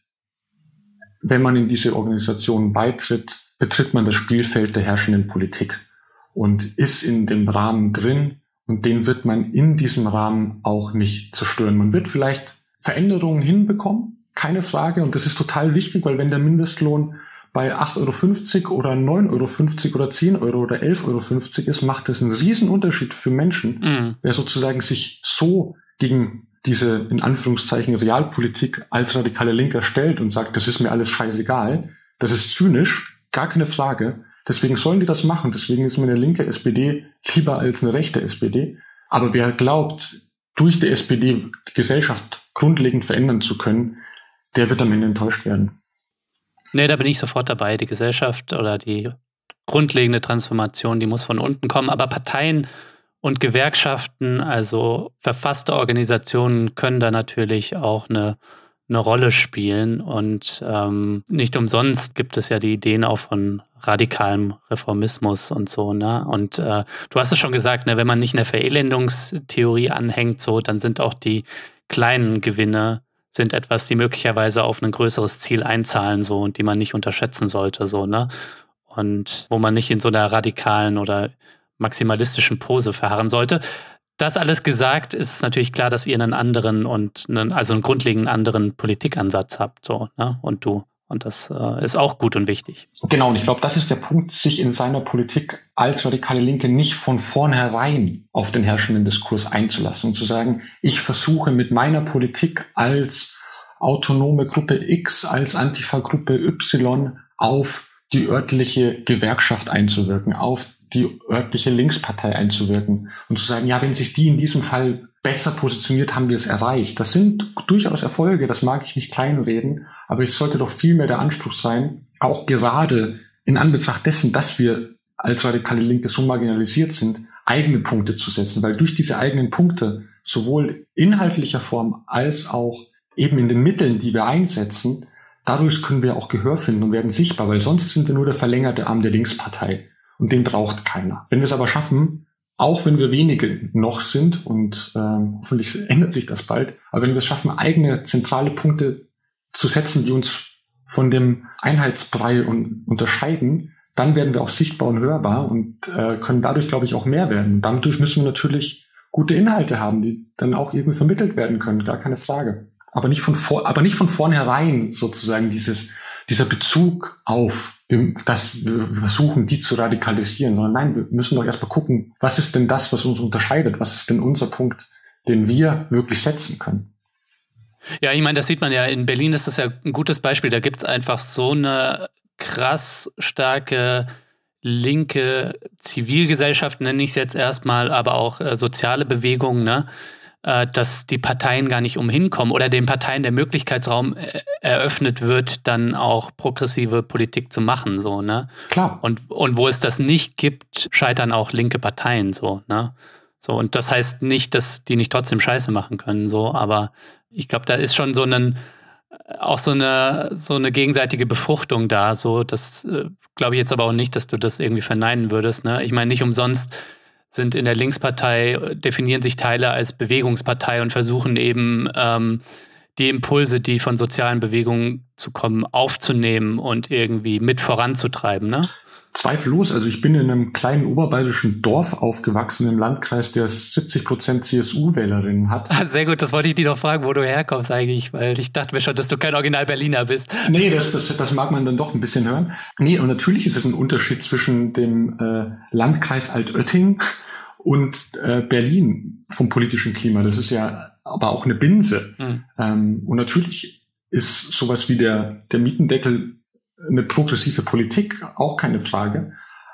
A: wenn man in diese Organisationen beitritt, betritt man das Spielfeld der herrschenden Politik und ist in dem Rahmen drin, und den wird man in diesem Rahmen auch nicht zerstören. Man wird vielleicht Veränderungen hinbekommen, keine Frage, und das ist total wichtig, weil wenn der Mindestlohn bei 8,50 € oder 9,50 € oder 10 € oder 11,50 € ist, macht das einen riesen Unterschied für Menschen, wer sozusagen sich so gegen diese, in Anführungszeichen, Realpolitik als radikale Linker stellt und sagt, das ist mir alles scheißegal. Das ist zynisch. Gar keine Frage. Deswegen sollen die das machen. Deswegen ist mir eine linke SPD lieber als eine rechte SPD. Aber wer glaubt, durch die SPD die Gesellschaft grundlegend verändern zu können, der wird am Ende enttäuscht werden.
B: Nee, da bin ich sofort dabei. Die Gesellschaft oder die grundlegende Transformation, die muss von unten kommen. Aber Parteien und Gewerkschaften, also verfasste Organisationen, können da natürlich auch eine Rolle spielen, und nicht umsonst gibt es ja die Ideen auch von radikalem Reformismus und so, ne? Und du hast es schon gesagt, ne, wenn man nicht in der Verelendungstheorie anhängt, so, dann sind auch die kleinen Gewinne sind etwas, die möglicherweise auf ein größeres Ziel einzahlen, so, und die man nicht unterschätzen sollte, so, ne? Und wo man nicht in so einer radikalen oder maximalistischen Pose verharren sollte. Das alles gesagt, ist es natürlich klar, dass ihr einen anderen also einen grundlegend anderen Politikansatz habt, so, ne? Und du. Und das ist auch gut und wichtig.
A: Genau, und ich glaube, das ist der Punkt, sich in seiner Politik als radikale Linke nicht von vornherein auf den herrschenden Diskurs einzulassen und zu sagen, ich versuche mit meiner Politik als autonome Gruppe X, als Antifa-Gruppe Y auf die örtliche Gewerkschaft einzuwirken, auf die örtliche Linkspartei einzuwirken und zu sagen, ja, wenn sich die in diesem Fall besser positioniert, haben wir es erreicht. Das sind durchaus Erfolge, das mag ich nicht kleinreden, aber es sollte doch vielmehr der Anspruch sein, auch gerade in Anbetracht dessen, dass wir als radikale Linke so marginalisiert sind, eigene Punkte zu setzen, weil durch diese eigenen Punkte sowohl inhaltlicher Form als auch eben in den Mitteln, die wir einsetzen, dadurch können wir auch Gehör finden und werden sichtbar, weil sonst sind wir nur der verlängerte Arm der Linkspartei. Und den braucht keiner. Wenn wir es aber schaffen, auch wenn wir wenige noch sind, und hoffentlich ändert sich das bald, aber wenn wir es schaffen, eigene zentrale Punkte zu setzen, die uns von dem Einheitsbrei unterscheiden, dann werden wir auch sichtbar und hörbar und können dadurch, glaube ich, auch mehr werden. Und dadurch müssen wir natürlich gute Inhalte haben, die dann auch irgendwie vermittelt werden können, gar keine Frage. Aber nicht von vornherein sozusagen dieser Bezug auf, dass wir versuchen, die zu radikalisieren, sondern nein, wir müssen doch erstmal gucken, was ist denn das, was uns unterscheidet? Was ist denn unser Punkt, den wir wirklich setzen können?
B: Ja, ich meine, das sieht man ja, in Berlin ist das ja ein gutes Beispiel. Da gibt's einfach so eine krass starke linke Zivilgesellschaft, nenne ich es jetzt erstmal, aber auch soziale Bewegungen, ne? Dass die Parteien gar nicht umhin kommen oder den Parteien der Möglichkeitsraum eröffnet wird, dann auch progressive Politik zu machen, so, ne?
A: Klar.
B: Und wo es das nicht gibt, scheitern auch linke Parteien, so, ne? So, und das heißt nicht, dass die nicht trotzdem Scheiße machen können, so, aber ich glaube, da ist schon so eine gegenseitige Befruchtung da, so, das glaube ich jetzt aber auch nicht, dass du das irgendwie verneinen würdest, ne? Ich meine, nicht umsonst sind in der Linkspartei, definieren sich Teile als Bewegungspartei und versuchen eben die Impulse, die von sozialen Bewegungen zu kommen, aufzunehmen und irgendwie mit voranzutreiben, ne?
A: Zweifellos. Also ich bin in einem kleinen oberbayerischen Dorf aufgewachsen, im Landkreis, der 70% CSU-Wählerinnen hat.
B: Sehr gut, das wollte ich dich noch fragen, wo du herkommst eigentlich, weil ich dachte mir schon, dass du kein Original-Berliner bist.
A: Nee, das mag man dann doch ein bisschen hören. Nee, und natürlich ist es ein Unterschied zwischen dem Landkreis Altötting und Berlin vom politischen Klima. Das ist ja aber auch eine Binse. Und natürlich ist sowas wie der Mietendeckel eine progressive Politik, auch keine Frage.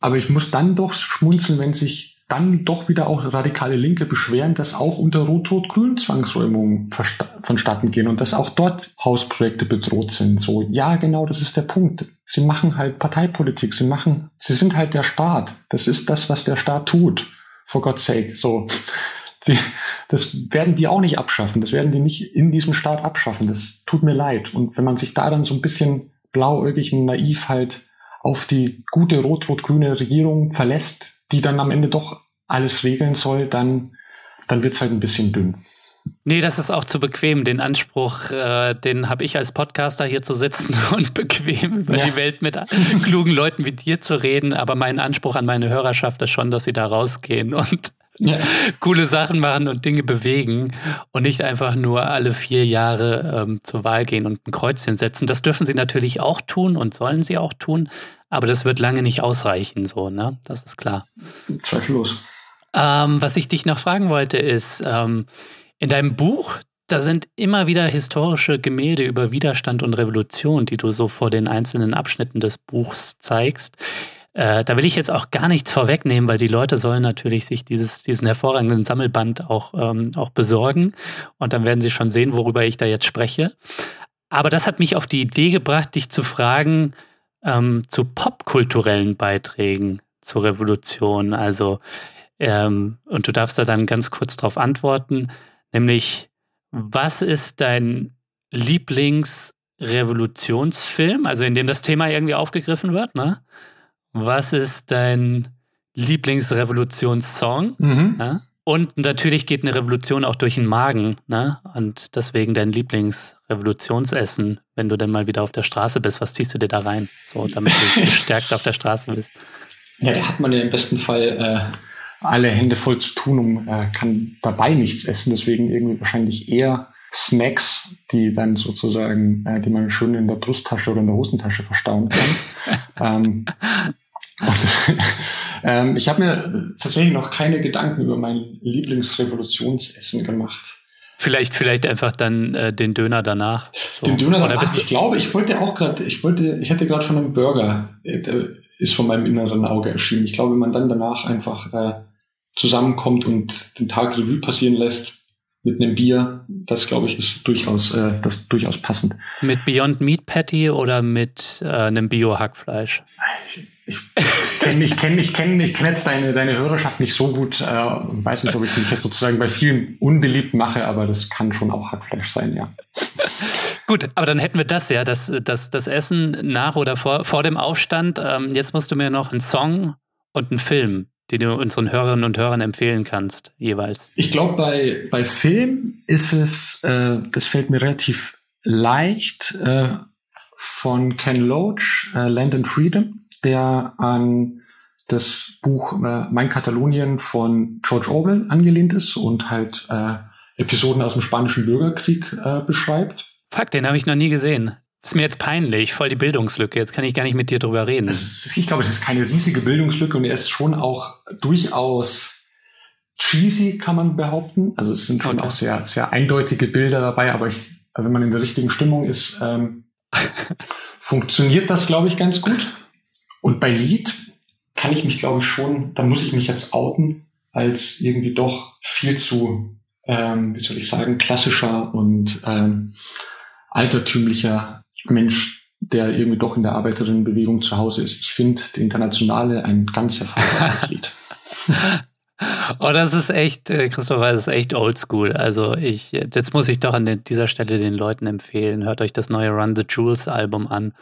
A: Aber ich muss dann doch schmunzeln, wenn sich dann doch wieder auch radikale Linke beschweren, dass auch unter Rot-Rot-Grün Zwangsräumungen vonstatten gehen und dass auch dort Hausprojekte bedroht sind. So, ja, genau, das ist der Punkt. Sie machen halt Parteipolitik, sie sind halt der Staat. Das ist das, was der Staat tut. For God's sake. So. Das werden die auch nicht abschaffen. Das werden die nicht in diesem Staat abschaffen. Das tut mir leid. Und wenn man sich da dann so ein bisschen blauäugig und naiv halt auf die gute rot-rot-grüne Regierung verlässt, die dann am Ende doch alles regeln soll, dann wird's halt ein bisschen dünn.
B: Nee, das ist auch zu bequem. Den Anspruch, den habe ich als Podcaster hier zu sitzen und bequem über die Welt mit klugen Leuten wie dir zu reden. Aber mein Anspruch an meine Hörerschaft ist schon, dass sie da rausgehen und coole Sachen machen und Dinge bewegen und nicht einfach nur alle 4 Jahre zur Wahl gehen und ein Kreuzchen setzen. Das dürfen sie natürlich auch tun und sollen sie auch tun, aber das wird lange nicht ausreichen, so, ne? Das ist klar.
A: Zweifellos.
B: Was ich dich noch fragen wollte ist, in deinem Buch, da sind immer wieder historische Gemälde über Widerstand und Revolution, die du so vor den einzelnen Abschnitten des Buchs zeigst. Da will ich jetzt auch gar nichts vorwegnehmen, weil die Leute sollen natürlich sich diesen hervorragenden Sammelband auch besorgen. Und dann werden sie schon sehen, worüber ich da jetzt spreche. Aber das hat mich auf die Idee gebracht, dich zu fragen zu popkulturellen Beiträgen zur Revolution. Also, und du darfst da dann ganz kurz drauf antworten, nämlich, was ist dein Lieblingsrevolutionsfilm, also in dem das Thema irgendwie aufgegriffen wird, ne? Was ist dein Lieblingsrevolutionssong? Ja? Und natürlich geht eine Revolution auch durch den Magen, ne? Und deswegen dein Lieblingsrevolutionsessen, wenn du dann mal wieder auf der Straße bist. Was ziehst du dir da rein? So, damit du gestärkt auf der Straße bist.
A: Ja, da hat man ja im besten Fall alle Hände voll zu tun und kann dabei nichts essen. Deswegen irgendwie wahrscheinlich eher Snacks, die dann sozusagen, die man schön in der Brusttasche oder in der Hosentasche verstauen kann. Ich habe mir tatsächlich noch keine Gedanken über mein Lieblingsrevolutionsessen gemacht.
B: Vielleicht einfach dann den Döner danach. So.
A: Den Döner danach? Ich glaube, ich hätte gerade von einem Burger, ist von meinem inneren Auge erschienen. Ich glaube, wenn man dann danach einfach zusammenkommt und den Tag Revue passieren lässt mit einem Bier, das glaube ich ist durchaus passend.
B: Mit Beyond Meat Patty oder mit einem Bio-Hackfleisch?
A: Ich kenne jetzt deine Hörerschaft nicht so gut und weiß nicht, ob ich mich jetzt sozusagen bei vielen unbeliebt mache, aber das kann schon auch Hackfleisch sein, ja.
B: Gut, aber dann hätten wir das ja, das Essen nach oder vor dem Aufstand. Jetzt musst du mir noch einen Song und einen Film, den du unseren Hörerinnen und Hörern empfehlen kannst, jeweils.
A: Ich glaube, bei Film ist es, das fällt mir relativ leicht, von Ken Loach, Land and Freedom, der an das Buch Mein Katalonien von George Orwell angelehnt ist und halt Episoden aus dem Spanischen Bürgerkrieg beschreibt.
B: Fuck, den habe ich noch nie gesehen. Ist mir jetzt peinlich, voll die Bildungslücke. Jetzt kann ich gar nicht mit dir drüber reden.
A: Ich glaube, es ist keine riesige Bildungslücke und er ist schon auch durchaus cheesy, kann man behaupten. Also es sind schon auch sehr, sehr eindeutige Bilder dabei, aber wenn man in der richtigen Stimmung ist, funktioniert das, glaube ich, ganz gut. Und bei Lied kann ich mich, glaube ich, schon, da muss ich mich jetzt outen, als irgendwie doch viel zu, klassischer und altertümlicher Mensch, der irgendwie doch in der Arbeiterinnenbewegung zu Hause ist. Ich finde die Internationale ein ganz hervorragendes Lied.
B: Oh, das ist echt, Christopher, das ist echt oldschool. Also jetzt muss ich doch an dieser Stelle den Leuten empfehlen, hört euch das neue Run the Jewels Album an.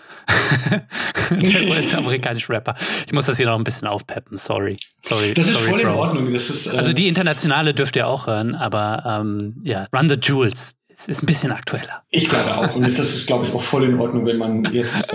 B: Der US-amerikanische Rapper. Ich muss das hier noch ein bisschen aufpeppen, sorry.
A: Das ist voll in Ordnung. Das ist,
B: also die Internationale dürft ihr auch hören, aber Run the Jewels. Es ist ein bisschen aktueller.
A: Ich glaube auch. Und das ist, glaube ich, auch voll in Ordnung, wenn man jetzt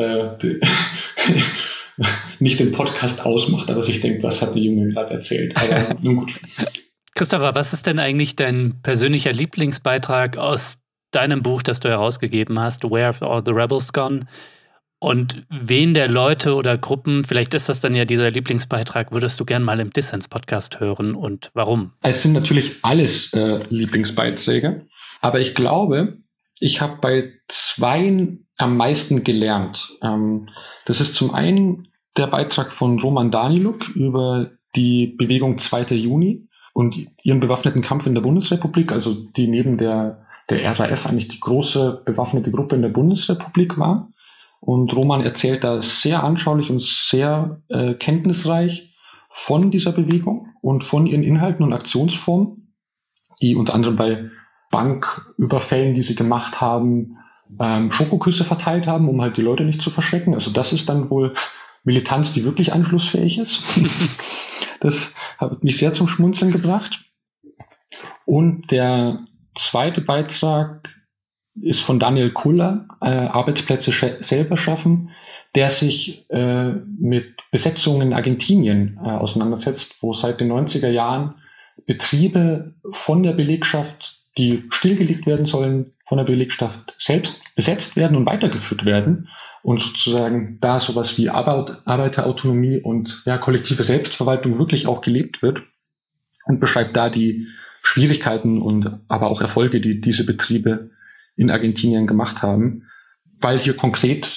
A: nicht den Podcast ausmacht, aber sich denkt, was hat der Junge gerade erzählt. Aber nun gut.
B: Christopher, was ist denn eigentlich dein persönlicher Lieblingsbeitrag aus deinem Buch, das du herausgegeben hast, Where Have All the Rebels Gone? Und wen der Leute oder Gruppen, vielleicht ist das dann ja dieser Lieblingsbeitrag, würdest du gern mal im Dissens-Podcast hören und warum?
A: Es sind natürlich alles Lieblingsbeiträge, aber ich glaube, ich habe bei 2 am meisten gelernt. Das ist zum einen der Beitrag von Roman Daniluk über die Bewegung 2. Juni und ihren bewaffneten Kampf in der Bundesrepublik, also die neben der RAF eigentlich die große bewaffnete Gruppe in der Bundesrepublik war. Und Roman erzählt da sehr anschaulich und sehr kenntnisreich von dieser Bewegung und von ihren Inhalten und Aktionsformen, die unter anderem bei Banküberfällen, die sie gemacht haben, Schokoküsse verteilt haben, um halt die Leute nicht zu verschrecken. Also das ist dann wohl Militanz, die wirklich anschlussfähig ist. Das hat mich sehr zum Schmunzeln gebracht. Und der zweite Beitrag ist von Daniel Kuller, Arbeitsplätze selber schaffen, der sich mit Besetzungen in Argentinien auseinandersetzt, wo seit den 90er Jahren Betriebe von der Belegschaft, die stillgelegt werden sollen, von der Belegschaft selbst besetzt werden und weitergeführt werden und sozusagen da sowas wie Arbeiterautonomie und kollektive Selbstverwaltung wirklich auch gelebt wird, und beschreibt da die Schwierigkeiten und aber auch Erfolge, die diese Betriebe in Argentinien gemacht haben, weil hier konkret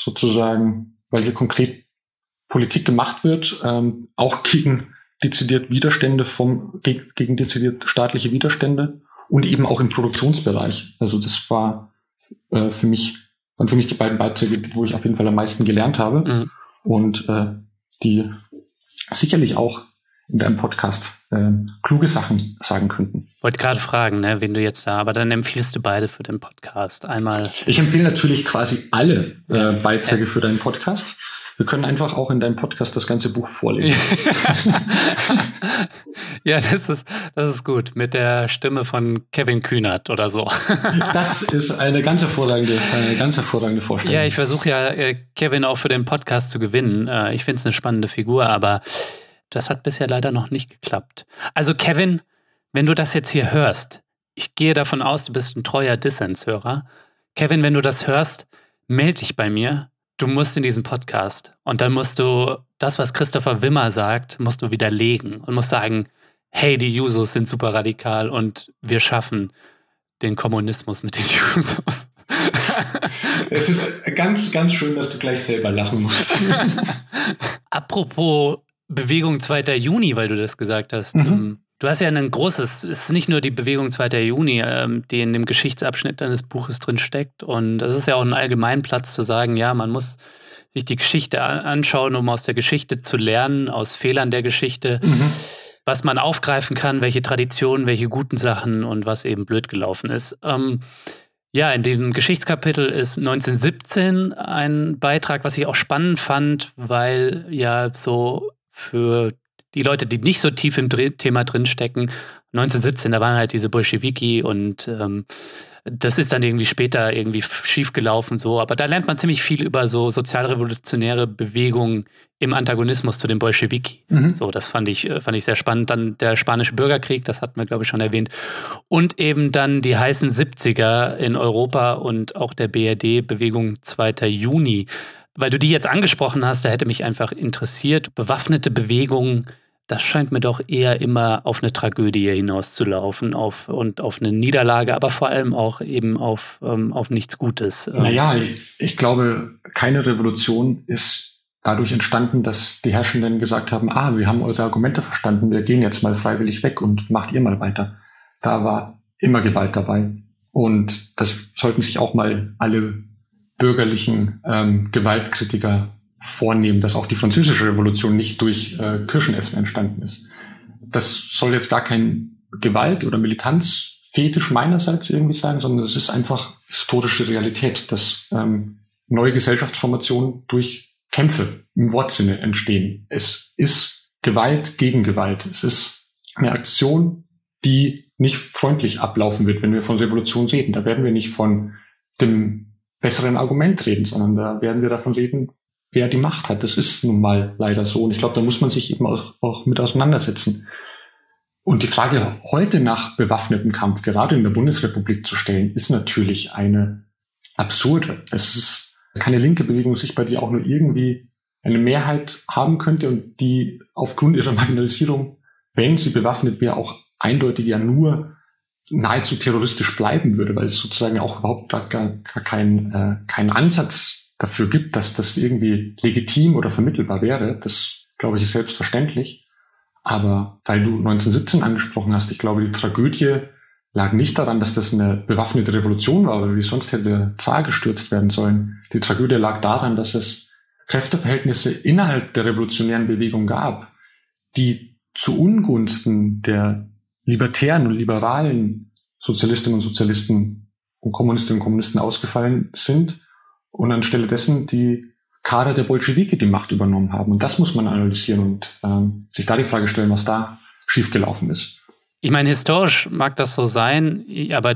A: Politik gemacht wird, auch gegen dezidiert Widerstände gegen dezidiert staatliche Widerstände und eben auch im Produktionsbereich. Also das waren für mich die beiden Beiträge, wo ich auf jeden Fall am meisten gelernt habe und die sicherlich auch in deinem Podcast kluge Sachen sagen könnten.
B: Wollte gerade fragen, ne, wen du jetzt da, aber dann empfiehlst du beide für den Podcast. Einmal.
A: Ich empfehle natürlich quasi alle Beiträge für deinen Podcast. Wir können einfach auch in deinem Podcast das ganze Buch vorlesen.
B: Ja, das ist gut. Mit der Stimme von Kevin Kühnert oder so.
A: Das ist eine ganz hervorragende Vorstellung.
B: Ja, ich versuche ja, Kevin auch für den Podcast zu gewinnen. Ich finde es eine spannende Figur, aber das hat bisher leider noch nicht geklappt. Also Kevin, wenn du das jetzt hier hörst, ich gehe davon aus, du bist ein treuer Dissens-Hörer. Kevin, wenn du das hörst, melde dich bei mir. Du musst in diesen Podcast und dann musst du das, was Christopher Wimmer sagt, musst du widerlegen und musst sagen, hey, die Jusos sind super radikal und wir schaffen den Kommunismus mit den Jusos.
A: Es ist ganz, ganz schön, dass du gleich selber lachen musst.
B: Apropos Bewegung 2. Juni, weil du das gesagt hast. Du hast ja es ist nicht nur die Bewegung 2. Juni, die in dem Geschichtsabschnitt deines Buches drin steckt. Und das ist ja auch ein Allgemeinplatz zu sagen, ja, man muss sich die Geschichte anschauen, um aus der Geschichte zu lernen, aus Fehlern der Geschichte, was man aufgreifen kann, welche Traditionen, welche guten Sachen und was eben blöd gelaufen ist. Ja, in dem Geschichtskapitel ist 1917 ein Beitrag, was ich auch spannend fand, weil ja so für die Leute, die nicht so tief im Thema drinstecken, 1917, da waren halt diese Bolschewiki und das ist dann irgendwie später irgendwie schiefgelaufen so. Aber da lernt man ziemlich viel über so sozialrevolutionäre Bewegungen im Antagonismus zu den Bolschewiki. So, das fand ich sehr spannend. Dann der Spanische Bürgerkrieg, das hatten wir, glaube ich, schon erwähnt. Und eben dann die heißen 70er in Europa und auch der BRD-Bewegung 2. Juni. Weil du die jetzt angesprochen hast, da hätte mich einfach interessiert, bewaffnete Bewegungen, das scheint mir doch eher immer auf eine Tragödie hinauszulaufen und auf eine Niederlage, aber vor allem auch eben auf nichts Gutes.
A: Naja, ich glaube, keine Revolution ist dadurch entstanden, dass die Herrschenden gesagt haben, wir haben eure Argumente verstanden, wir gehen jetzt mal freiwillig weg und macht ihr mal weiter. Da war immer Gewalt dabei. Und das sollten sich auch mal alle bürgerlichen Gewaltkritiker vornehmen, dass auch die Französische Revolution nicht durch Kirschenessen entstanden ist. Das soll jetzt gar kein Gewalt- oder Militanzfetisch meinerseits irgendwie sein, sondern es ist einfach historische Realität, dass neue Gesellschaftsformationen durch Kämpfe im Wortsinne entstehen. Es ist Gewalt gegen Gewalt. Es ist eine Aktion, die nicht freundlich ablaufen wird, wenn wir von Revolution reden. Da werden wir nicht von dem besseren Argument reden, sondern da werden wir davon reden, wer die Macht hat. Das ist nun mal leider so. Und ich glaube, da muss man sich eben auch mit auseinandersetzen. Und die Frage heute nach bewaffnetem Kampf, gerade in der Bundesrepublik zu stellen, ist natürlich eine absurde. Es ist keine linke Bewegung sichtbar, die auch nur irgendwie eine Mehrheit haben könnte und die aufgrund ihrer Marginalisierung, wenn sie bewaffnet wäre, auch eindeutig ja nur nahezu terroristisch bleiben würde, weil es sozusagen auch überhaupt gar keinen Ansatz dafür gibt, dass das irgendwie legitim oder vermittelbar wäre. Das, glaube ich, ist selbstverständlich. Aber weil du 1917 angesprochen hast, ich glaube, die Tragödie lag nicht daran, dass das eine bewaffnete Revolution war, weil wie sonst hätte der Zar gestürzt werden sollen. Die Tragödie lag daran, dass es Kräfteverhältnisse innerhalb der revolutionären Bewegung gab, die zu Ungunsten der libertären und liberalen Sozialistinnen und Sozialisten und Kommunistinnen und Kommunisten ausgefallen sind und anstelle dessen die Kader der Bolschewiki die Macht übernommen haben. Und das muss man analysieren und sich da die Frage stellen, was da schiefgelaufen ist.
B: Ich meine, historisch mag das so sein, aber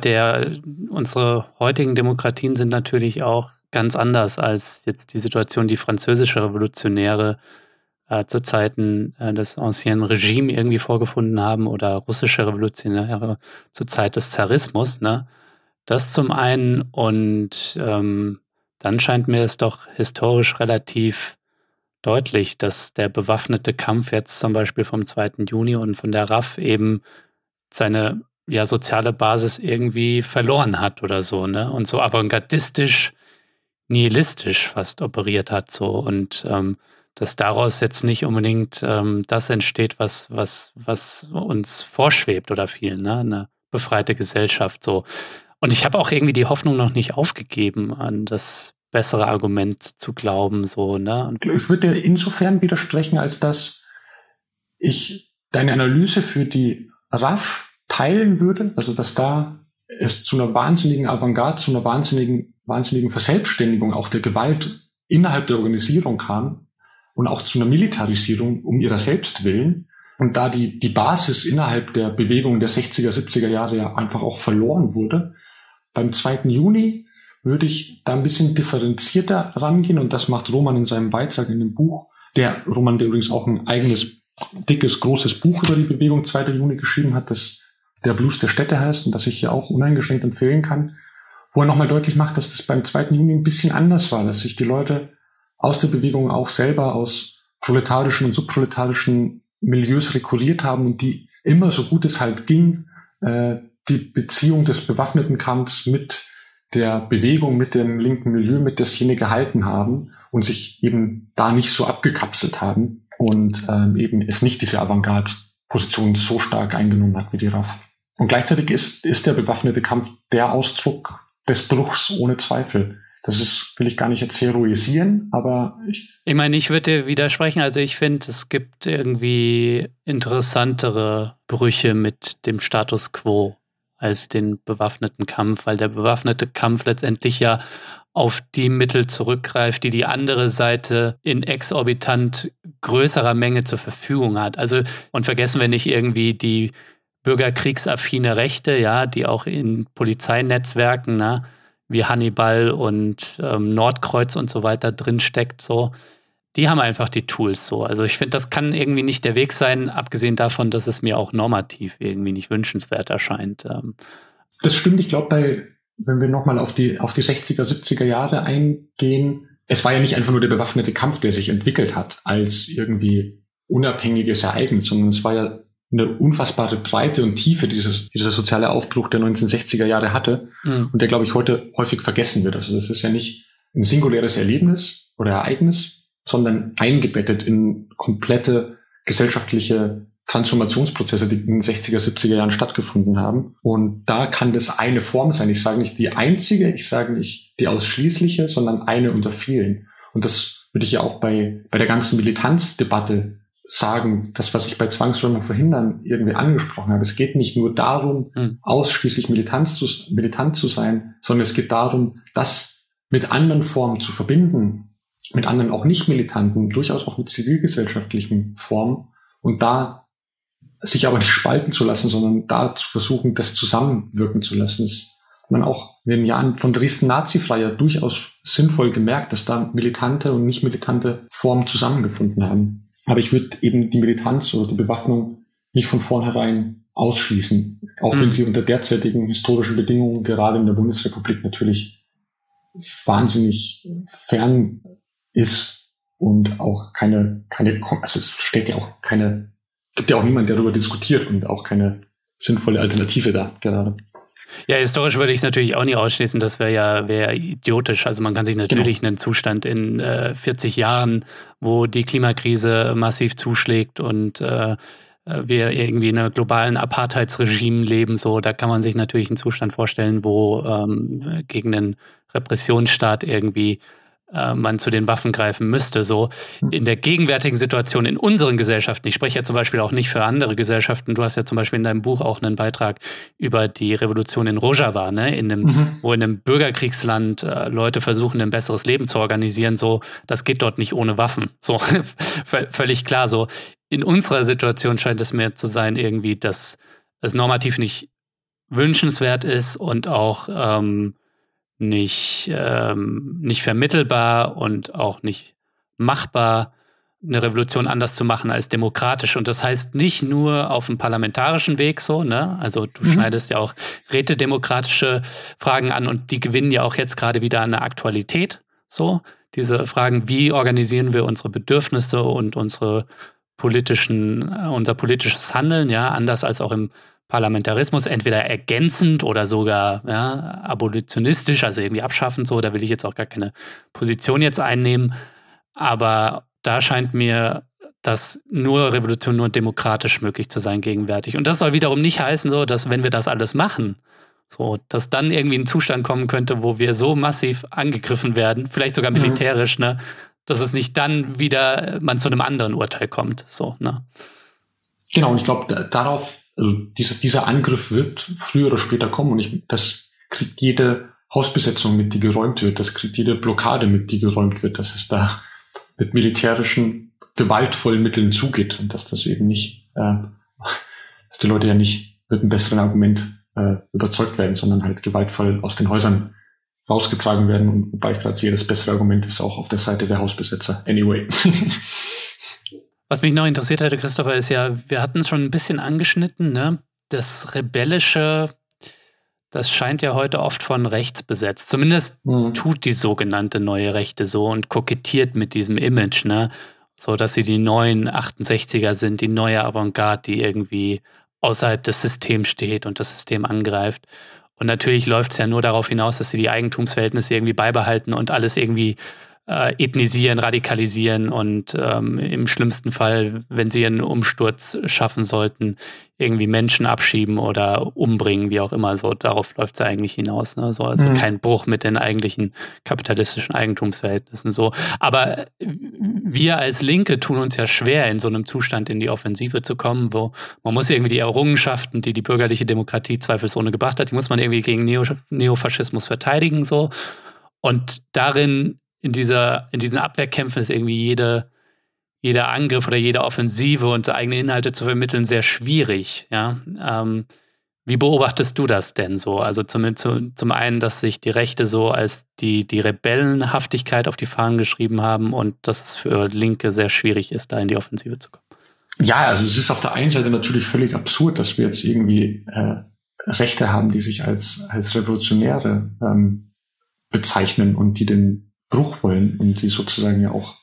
B: unsere heutigen Demokratien sind natürlich auch ganz anders als jetzt die Situation, die französische Revolutionäre zu Zeiten des Ancien Regime irgendwie vorgefunden haben oder russische Revolutionäre zur Zeit des Zarismus, ne? Das zum einen und dann scheint mir es doch historisch relativ deutlich, dass der bewaffnete Kampf jetzt zum Beispiel vom 2. Juni und von der RAF eben seine soziale Basis irgendwie verloren hat oder so, ne? Und so avantgardistisch, nihilistisch fast operiert hat so und dass daraus jetzt nicht unbedingt das entsteht, was uns vorschwebt oder vielen, ne? Eine befreite Gesellschaft so. Und ich habe auch irgendwie die Hoffnung noch nicht aufgegeben, an das bessere Argument zu glauben, so, ne? Und
A: ich würde dir insofern widersprechen, als dass ich deine Analyse für die RAF teilen würde, also dass da es zu einer wahnsinnigen Avantgarde, zu einer wahnsinnigen Verselbstständigung auch der Gewalt innerhalb der Organisierung kam und auch zu einer Militarisierung um ihrer selbst willen. Und da die Basis innerhalb der Bewegung der 60er, 70er Jahre ja einfach auch verloren wurde, beim 2. Juni würde ich da ein bisschen differenzierter rangehen und das macht Roman in seinem Beitrag in dem Buch. Der Roman, der übrigens auch ein eigenes, dickes, großes Buch über die Bewegung 2. Juni geschrieben hat, das Der Blues der Städte heißt und das ich hier auch uneingeschränkt empfehlen kann, wo er nochmal deutlich macht, dass das beim 2. Juni ein bisschen anders war, dass sich die Leute aus der Bewegung auch selber aus proletarischen und subproletarischen Milieus rekurriert haben und die immer so gut es halt ging, die Beziehung des bewaffneten Kampfs mit der Bewegung, mit dem linken Milieu, mit der Szene gehalten haben und sich eben da nicht so abgekapselt haben und eben es nicht diese Avantgarde-Position so stark eingenommen hat wie die RAF. Und gleichzeitig ist der bewaffnete Kampf der Ausdruck des Bruchs ohne Zweifel. Das will ich gar nicht jetzt heroisieren, aber ich
B: meine, ich würde dir widersprechen. Also ich finde, es gibt irgendwie interessantere Brüche mit dem Status quo als den bewaffneten Kampf, weil der bewaffnete Kampf letztendlich ja auf die Mittel zurückgreift, die die andere Seite in exorbitant größerer Menge zur Verfügung hat. Also, und vergessen wir nicht irgendwie die bürgerkriegsaffine Rechte, ja, die auch in Polizeinetzwerken, ne, wie Hannibal und Nordkreuz und so weiter drin steckt, so. Die haben einfach die Tools so. Also ich finde, das kann irgendwie nicht der Weg sein, abgesehen davon, dass es mir auch normativ irgendwie nicht wünschenswert erscheint.
A: Das stimmt, ich glaube, wenn wir nochmal auf die 60er, 70er Jahre eingehen, es war ja nicht einfach nur der bewaffnete Kampf, der sich entwickelt hat als irgendwie unabhängiges Ereignis, sondern es war ja eine unfassbare Breite und Tiefe dieser soziale Aufbruch der 1960er Jahre hatte und der, glaube ich, heute häufig vergessen wird. Also das ist ja nicht ein singuläres Erlebnis oder Ereignis, sondern eingebettet in komplette gesellschaftliche Transformationsprozesse, die in den 60er, 70er Jahren stattgefunden haben. Und da kann das eine Form sein. Ich sage nicht die einzige, ich sage nicht die ausschließliche, sondern eine unter vielen. Und das würde ich ja auch bei der ganzen Militanzdebatte sagen, das, was ich bei Zwangsräumen verhindern irgendwie angesprochen habe. Es geht nicht nur darum, ausschließlich militant zu sein, sondern es geht darum, das mit anderen Formen zu verbinden, mit anderen auch nicht militanten, durchaus auch mit zivilgesellschaftlichen Formen und da sich aber nicht spalten zu lassen, sondern da zu versuchen, das zusammenwirken zu lassen. Das hat man auch in den Jahren von Dresden Nazifrei ja durchaus sinnvoll gemerkt, dass da militante und nicht militante Formen zusammengefunden haben. Aber ich würde eben die Militanz oder die Bewaffnung nicht von vornherein ausschließen, auch wenn sie unter derzeitigen historischen Bedingungen gerade in der Bundesrepublik natürlich wahnsinnig fern ist und auch keine, also es steht ja auch gibt ja auch niemand, der darüber diskutiert und auch keine sinnvolle Alternative da gerade.
B: Ja, historisch würde ich es natürlich auch nicht ausschließen, das wäre idiotisch. Also man kann sich natürlich einen Zustand in 40 Jahren, wo die Klimakrise massiv zuschlägt und wir irgendwie in einem globalen Apartheidsregime leben, so, da kann man sich natürlich einen Zustand vorstellen, wo gegen einen Repressionsstaat irgendwie man zu den Waffen greifen müsste. So in der gegenwärtigen Situation in unseren Gesellschaften, ich spreche ja zum Beispiel auch nicht für andere Gesellschaften, du hast ja zum Beispiel in deinem Buch auch einen Beitrag über die Revolution in Rojava, ne? Wo in einem Bürgerkriegsland Leute versuchen, ein besseres Leben zu organisieren, so, das geht dort nicht ohne Waffen. So, völlig klar, so. In unserer Situation scheint es mir zu sein, irgendwie, dass es normativ nicht wünschenswert ist und auch nicht vermittelbar und auch nicht machbar, eine Revolution anders zu machen als demokratisch. Und das heißt nicht nur auf dem parlamentarischen Weg so, ne? Also du schneidest ja auch rätedemokratische Fragen an und die gewinnen ja auch jetzt gerade wieder an der Aktualität. So, diese Fragen, wie organisieren wir unsere Bedürfnisse und unser politisches Handeln, ja, anders als auch im Parlamentarismus, entweder ergänzend oder sogar abolitionistisch, also irgendwie abschaffend, so, da will ich jetzt auch gar keine Position jetzt einnehmen, aber da scheint mir das nur Revolution, nur demokratisch möglich zu sein gegenwärtig. Und das soll wiederum nicht heißen, so, dass wenn wir das alles machen, so, dass dann irgendwie ein Zustand kommen könnte, wo wir so massiv angegriffen werden, vielleicht sogar militärisch, ne, dass es nicht dann wieder man zu einem anderen Urteil kommt, so, ne.
A: Genau, und ich glaube, also dieser Angriff wird früher oder später kommen und das kriegt jede Hausbesetzung mit, die geräumt wird, das kriegt jede Blockade mit, die geräumt wird, dass es da mit militärischen, gewaltvollen Mitteln zugeht und dass das eben nicht, dass die Leute ja nicht mit einem besseren Argument überzeugt werden, sondern halt gewaltvoll aus den Häusern rausgetragen werden. Und wobei ich gerade sehe, das bessere Argument ist auch auf der Seite der Hausbesetzer. Anyway.
B: Was mich noch interessiert hätte, Christopher, ist ja, wir hatten es schon ein bisschen angeschnitten, ne? Das Rebellische, das scheint ja heute oft von rechts besetzt. Zumindest tut die sogenannte neue Rechte so und kokettiert mit diesem Image, ne? So, dass sie die neuen 68er sind, die neue Avantgarde, die irgendwie außerhalb des Systems steht und das System angreift. Und natürlich läuft es ja nur darauf hinaus, dass sie die Eigentumsverhältnisse irgendwie beibehalten und alles irgendwie ethnisieren, radikalisieren und im schlimmsten Fall, wenn sie einen Umsturz schaffen sollten, irgendwie Menschen abschieben oder umbringen, wie auch immer. So, darauf läuft es ja eigentlich hinaus. Ne? So, also kein Bruch mit den eigentlichen kapitalistischen Eigentumsverhältnissen. So. Aber wir als Linke tun uns ja schwer, in so einem Zustand in die Offensive zu kommen, wo man muss irgendwie die Errungenschaften, die die bürgerliche Demokratie zweifelsohne gebracht hat, die muss man irgendwie gegen Neofaschismus verteidigen. So. Und darin in diesen Abwehrkämpfen ist irgendwie jeder Angriff oder jede Offensive und eigene Inhalte zu vermitteln sehr schwierig. Ja? Wie beobachtest du das denn so? Also zum einen, dass sich die Rechte so als die Rebellenhaftigkeit auf die Fahnen geschrieben haben und dass es für Linke sehr schwierig ist, da in die Offensive zu kommen.
A: Ja, also es ist auf der einen Seite natürlich völlig absurd, dass wir jetzt irgendwie Rechte haben, die sich als Revolutionäre bezeichnen und die den Bruch wollen und die sozusagen ja auch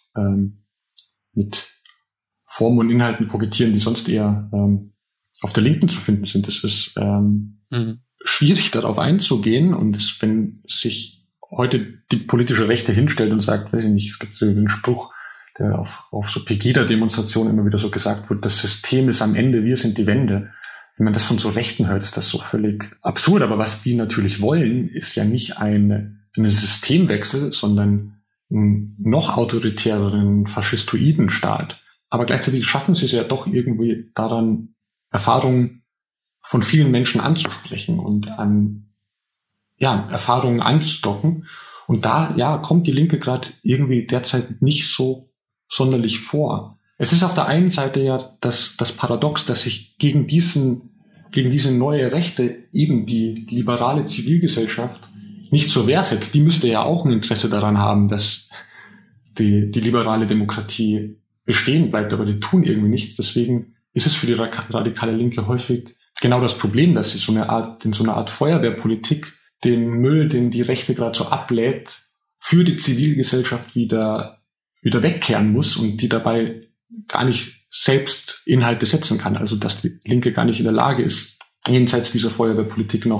A: mit Formen und Inhalten kokettieren, die sonst eher auf der Linken zu finden sind. Es ist schwierig, darauf einzugehen. Und wenn sich heute die politische Rechte hinstellt und sagt, weiß ich nicht, es gibt so einen Spruch, der auf so Pegida-Demonstrationen immer wieder so gesagt wird, das System ist am Ende, wir sind die Wende. Wenn man das von so Rechten hört, ist das so völlig absurd. Aber was die natürlich wollen, ist ja nicht einen Systemwechsel, sondern einen noch autoritäreren, faschistoiden Staat. Aber gleichzeitig schaffen sie es ja doch irgendwie daran, Erfahrungen von vielen Menschen anzusprechen und an Erfahrungen anzudocken. Und da kommt die Linke gerade irgendwie derzeit nicht so sonderlich vor. Es ist auf der einen Seite ja das Paradox, dass sich gegen diese neue Rechte eben die liberale Zivilgesellschaft nicht zur Wehr setzt. Die müsste ja auch ein Interesse daran haben, dass die liberale Demokratie bestehen bleibt, aber die tun irgendwie nichts. Deswegen ist es für die radikale Linke häufig genau das Problem, dass sie in so einer Art Feuerwehrpolitik den Müll, den die Rechte gerade so ablädt, für die Zivilgesellschaft wieder wegkehren muss und die dabei gar nicht selbst Inhalte setzen kann. Also dass die Linke gar nicht in der Lage ist, jenseits dieser Feuerwehrpolitik noch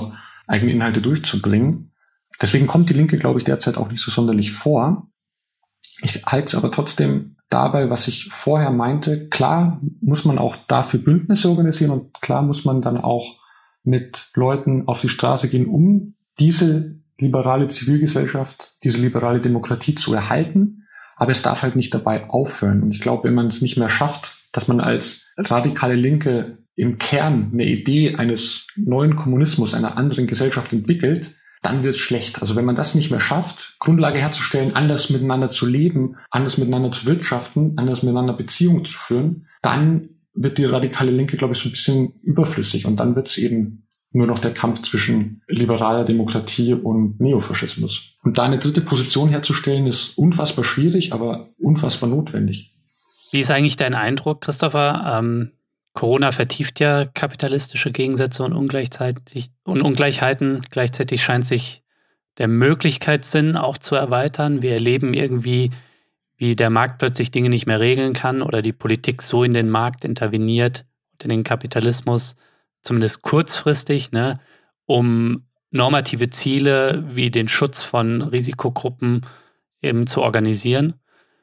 A: eigene Inhalte durchzubringen. Deswegen kommt die Linke, glaube ich, derzeit auch nicht so sonderlich vor. Ich halte es aber trotzdem dabei, was ich vorher meinte. Klar muss man auch dafür Bündnisse organisieren und klar muss man dann auch mit Leuten auf die Straße gehen, um diese liberale Zivilgesellschaft, diese liberale Demokratie zu erhalten. Aber es darf halt nicht dabei aufhören. Und ich glaube, wenn man es nicht mehr schafft, dass man als radikale Linke im Kern eine Idee eines neuen Kommunismus, einer anderen Gesellschaft entwickelt, dann wird es schlecht. Also wenn man das nicht mehr schafft, Grundlage herzustellen, anders miteinander zu leben, anders miteinander zu wirtschaften, anders miteinander Beziehungen zu führen, dann wird die radikale Linke, glaube ich, so ein bisschen überflüssig. Und dann wird es eben nur noch der Kampf zwischen liberaler Demokratie und Neofaschismus. Und da eine dritte Position herzustellen, ist unfassbar schwierig, aber unfassbar notwendig.
B: Wie ist eigentlich dein Eindruck, Christopher? Corona vertieft ja kapitalistische Gegensätze und Ungleichheiten. Gleichzeitig scheint sich der Möglichkeitssinn auch zu erweitern. Wir erleben irgendwie, wie der Markt plötzlich Dinge nicht mehr regeln kann oder die Politik so in den Markt interveniert und in den Kapitalismus, zumindest kurzfristig, ne, um normative Ziele wie den Schutz von Risikogruppen eben zu organisieren.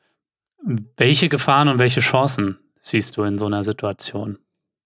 B: Welche Gefahren und welche Chancen siehst du in so einer Situation?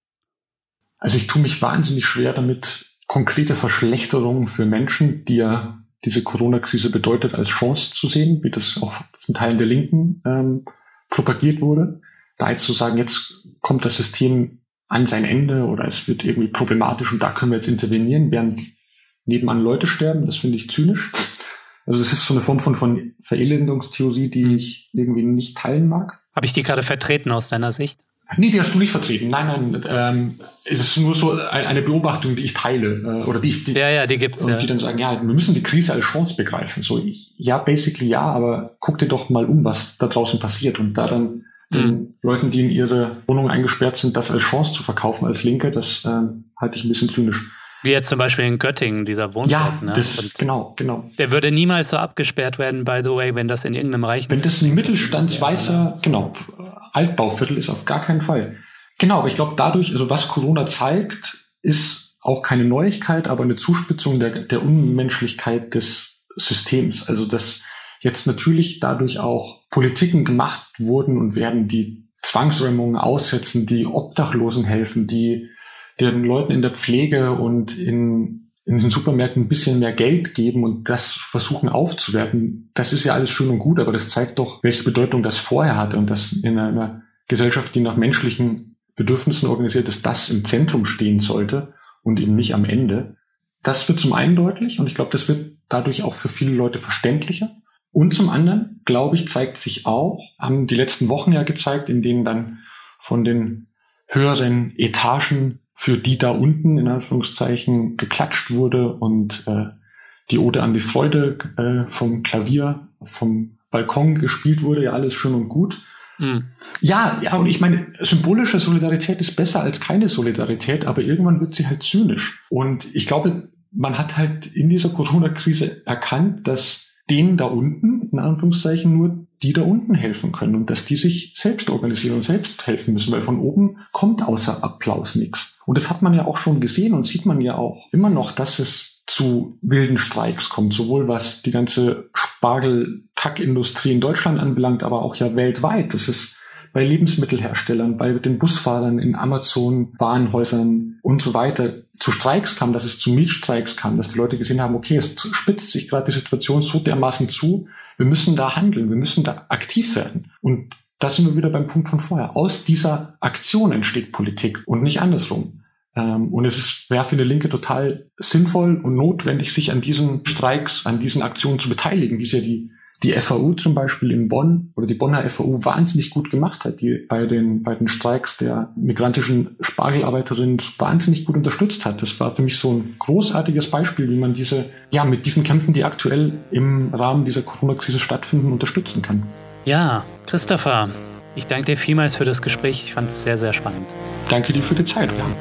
A: Also ich tue mich wahnsinnig schwer damit, konkrete Verschlechterungen für Menschen, die ja diese Corona-Krise bedeutet, als Chance zu sehen, wie das auch von Teilen der Linken propagiert wurde. Da jetzt zu sagen, jetzt kommt das System an sein Ende oder es wird irgendwie problematisch und da können wir jetzt intervenieren, während nebenan Leute sterben, das finde ich zynisch. Also es ist so eine Form von Verelendungstheorie, die ich irgendwie nicht teilen mag.
B: Habe ich die gerade vertreten aus deiner Sicht?
A: Nee, die hast du nicht vertreten. Nein. Es ist nur so eine Beobachtung, die ich teile. Oder die gibt's. Und die dann sagen, ja, wir müssen die Krise als Chance begreifen. So, basically ja, aber guck dir doch mal um, was da draußen passiert. Und da dann den Leuten, die in ihre Wohnung eingesperrt sind, das als Chance zu verkaufen als Linke, das halte ich ein bisschen zynisch.
B: Wie jetzt zum Beispiel in Göttingen, dieser Wohnblock.
A: Ja, das ist, genau.
B: Der würde niemals so abgesperrt werden, by the way, wenn das in irgendeinem reichen...
A: Wenn das ein mittelstandsweißer, Altbauviertel ist, auf gar keinen Fall. Genau, aber ich glaube dadurch, also was Corona zeigt, ist auch keine Neuigkeit, aber eine Zuspitzung der Unmenschlichkeit des Systems. Also dass jetzt natürlich dadurch auch Politiken gemacht wurden und werden, die Zwangsräumungen aussetzen, die Obdachlosen helfen, die den Leuten in der Pflege und in den Supermärkten ein bisschen mehr Geld geben und das versuchen aufzuwerten. Das ist ja alles schön und gut, aber das zeigt doch, welche Bedeutung das vorher hatte und dass in einer Gesellschaft, die nach menschlichen Bedürfnissen organisiert ist, das im Zentrum stehen sollte und eben nicht am Ende. Das wird zum einen deutlich und ich glaube, das wird dadurch auch für viele Leute verständlicher. Und zum anderen, glaube ich, zeigt sich auch, haben die letzten Wochen ja gezeigt, in denen dann von den höheren Etagen für die da unten, in Anführungszeichen, geklatscht wurde und die Ode an die Freude vom Klavier, vom Balkon gespielt wurde, ja alles schön und gut. Mhm. Ja, und ich meine, symbolische Solidarität ist besser als keine Solidarität, aber irgendwann wird sie halt zynisch. Und ich glaube, man hat halt in dieser Corona-Krise erkannt, dass denen da unten, in Anführungszeichen, nur die da unten helfen können und dass die sich selbst organisieren und selbst helfen müssen, weil von oben kommt außer Applaus nichts. Und das hat man ja auch schon gesehen und sieht man ja auch immer noch, dass es zu wilden Streiks kommt, sowohl was die ganze Spargel-Kackindustrie in Deutschland anbelangt, aber auch ja weltweit. Das ist bei Lebensmittelherstellern, bei den Busfahrern in Amazon, Warenhäusern und so weiter zu Streiks kam, dass es zu Mietstreiks kam, dass die Leute gesehen haben, okay, es spitzt sich gerade die Situation so dermaßen zu, wir müssen da handeln, wir müssen da aktiv werden. Und da sind wir wieder beim Punkt von vorher. Aus dieser Aktion entsteht Politik und nicht andersrum. Und es wäre für eine Linke total sinnvoll und notwendig, sich an diesen Streiks, an diesen Aktionen zu beteiligen, wie es ja die FAU zum Beispiel in Bonn oder die Bonner FAU wahnsinnig gut gemacht hat, die bei den Streiks der migrantischen Spargelarbeiterinnen wahnsinnig gut unterstützt hat. Das war für mich so ein großartiges Beispiel, wie man mit diesen Kämpfen, die aktuell im Rahmen dieser Corona-Krise stattfinden, unterstützen kann.
B: Ja, Christopher, ich danke dir vielmals für das Gespräch. Ich fand es sehr, sehr spannend.
A: Danke dir für die Zeit. Ja.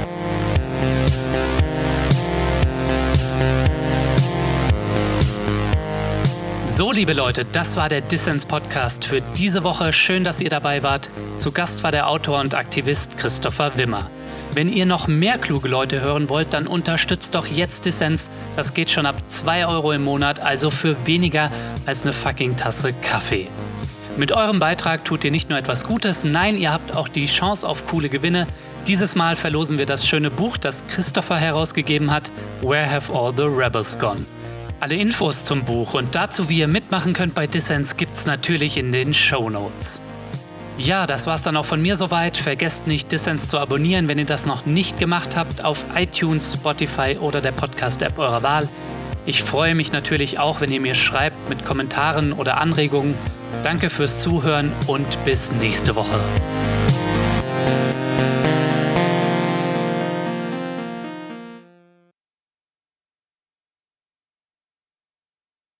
B: So, liebe Leute, das war der Dissens-Podcast für diese Woche. Schön, dass ihr dabei wart. Zu Gast war der Autor und Aktivist Christopher Wimmer. Wenn ihr noch mehr kluge Leute hören wollt, dann unterstützt doch jetzt Dissens. Das geht schon ab 2 € im Monat, also für weniger als eine fucking Tasse Kaffee. Mit eurem Beitrag tut ihr nicht nur etwas Gutes, nein, ihr habt auch die Chance auf coole Gewinne. Dieses Mal verlosen wir das schöne Buch, das Christopher herausgegeben hat, Where Have All the Rebels Gone? Alle Infos zum Buch und dazu, wie ihr mitmachen könnt bei Dissens, gibt's natürlich in den Shownotes. Ja, das war's dann auch von mir soweit. Vergesst nicht, Dissens zu abonnieren, wenn ihr das noch nicht gemacht habt, auf iTunes, Spotify oder der Podcast-App eurer Wahl. Ich freue mich natürlich auch, wenn ihr mir schreibt mit Kommentaren oder Anregungen. Danke fürs Zuhören und bis nächste Woche.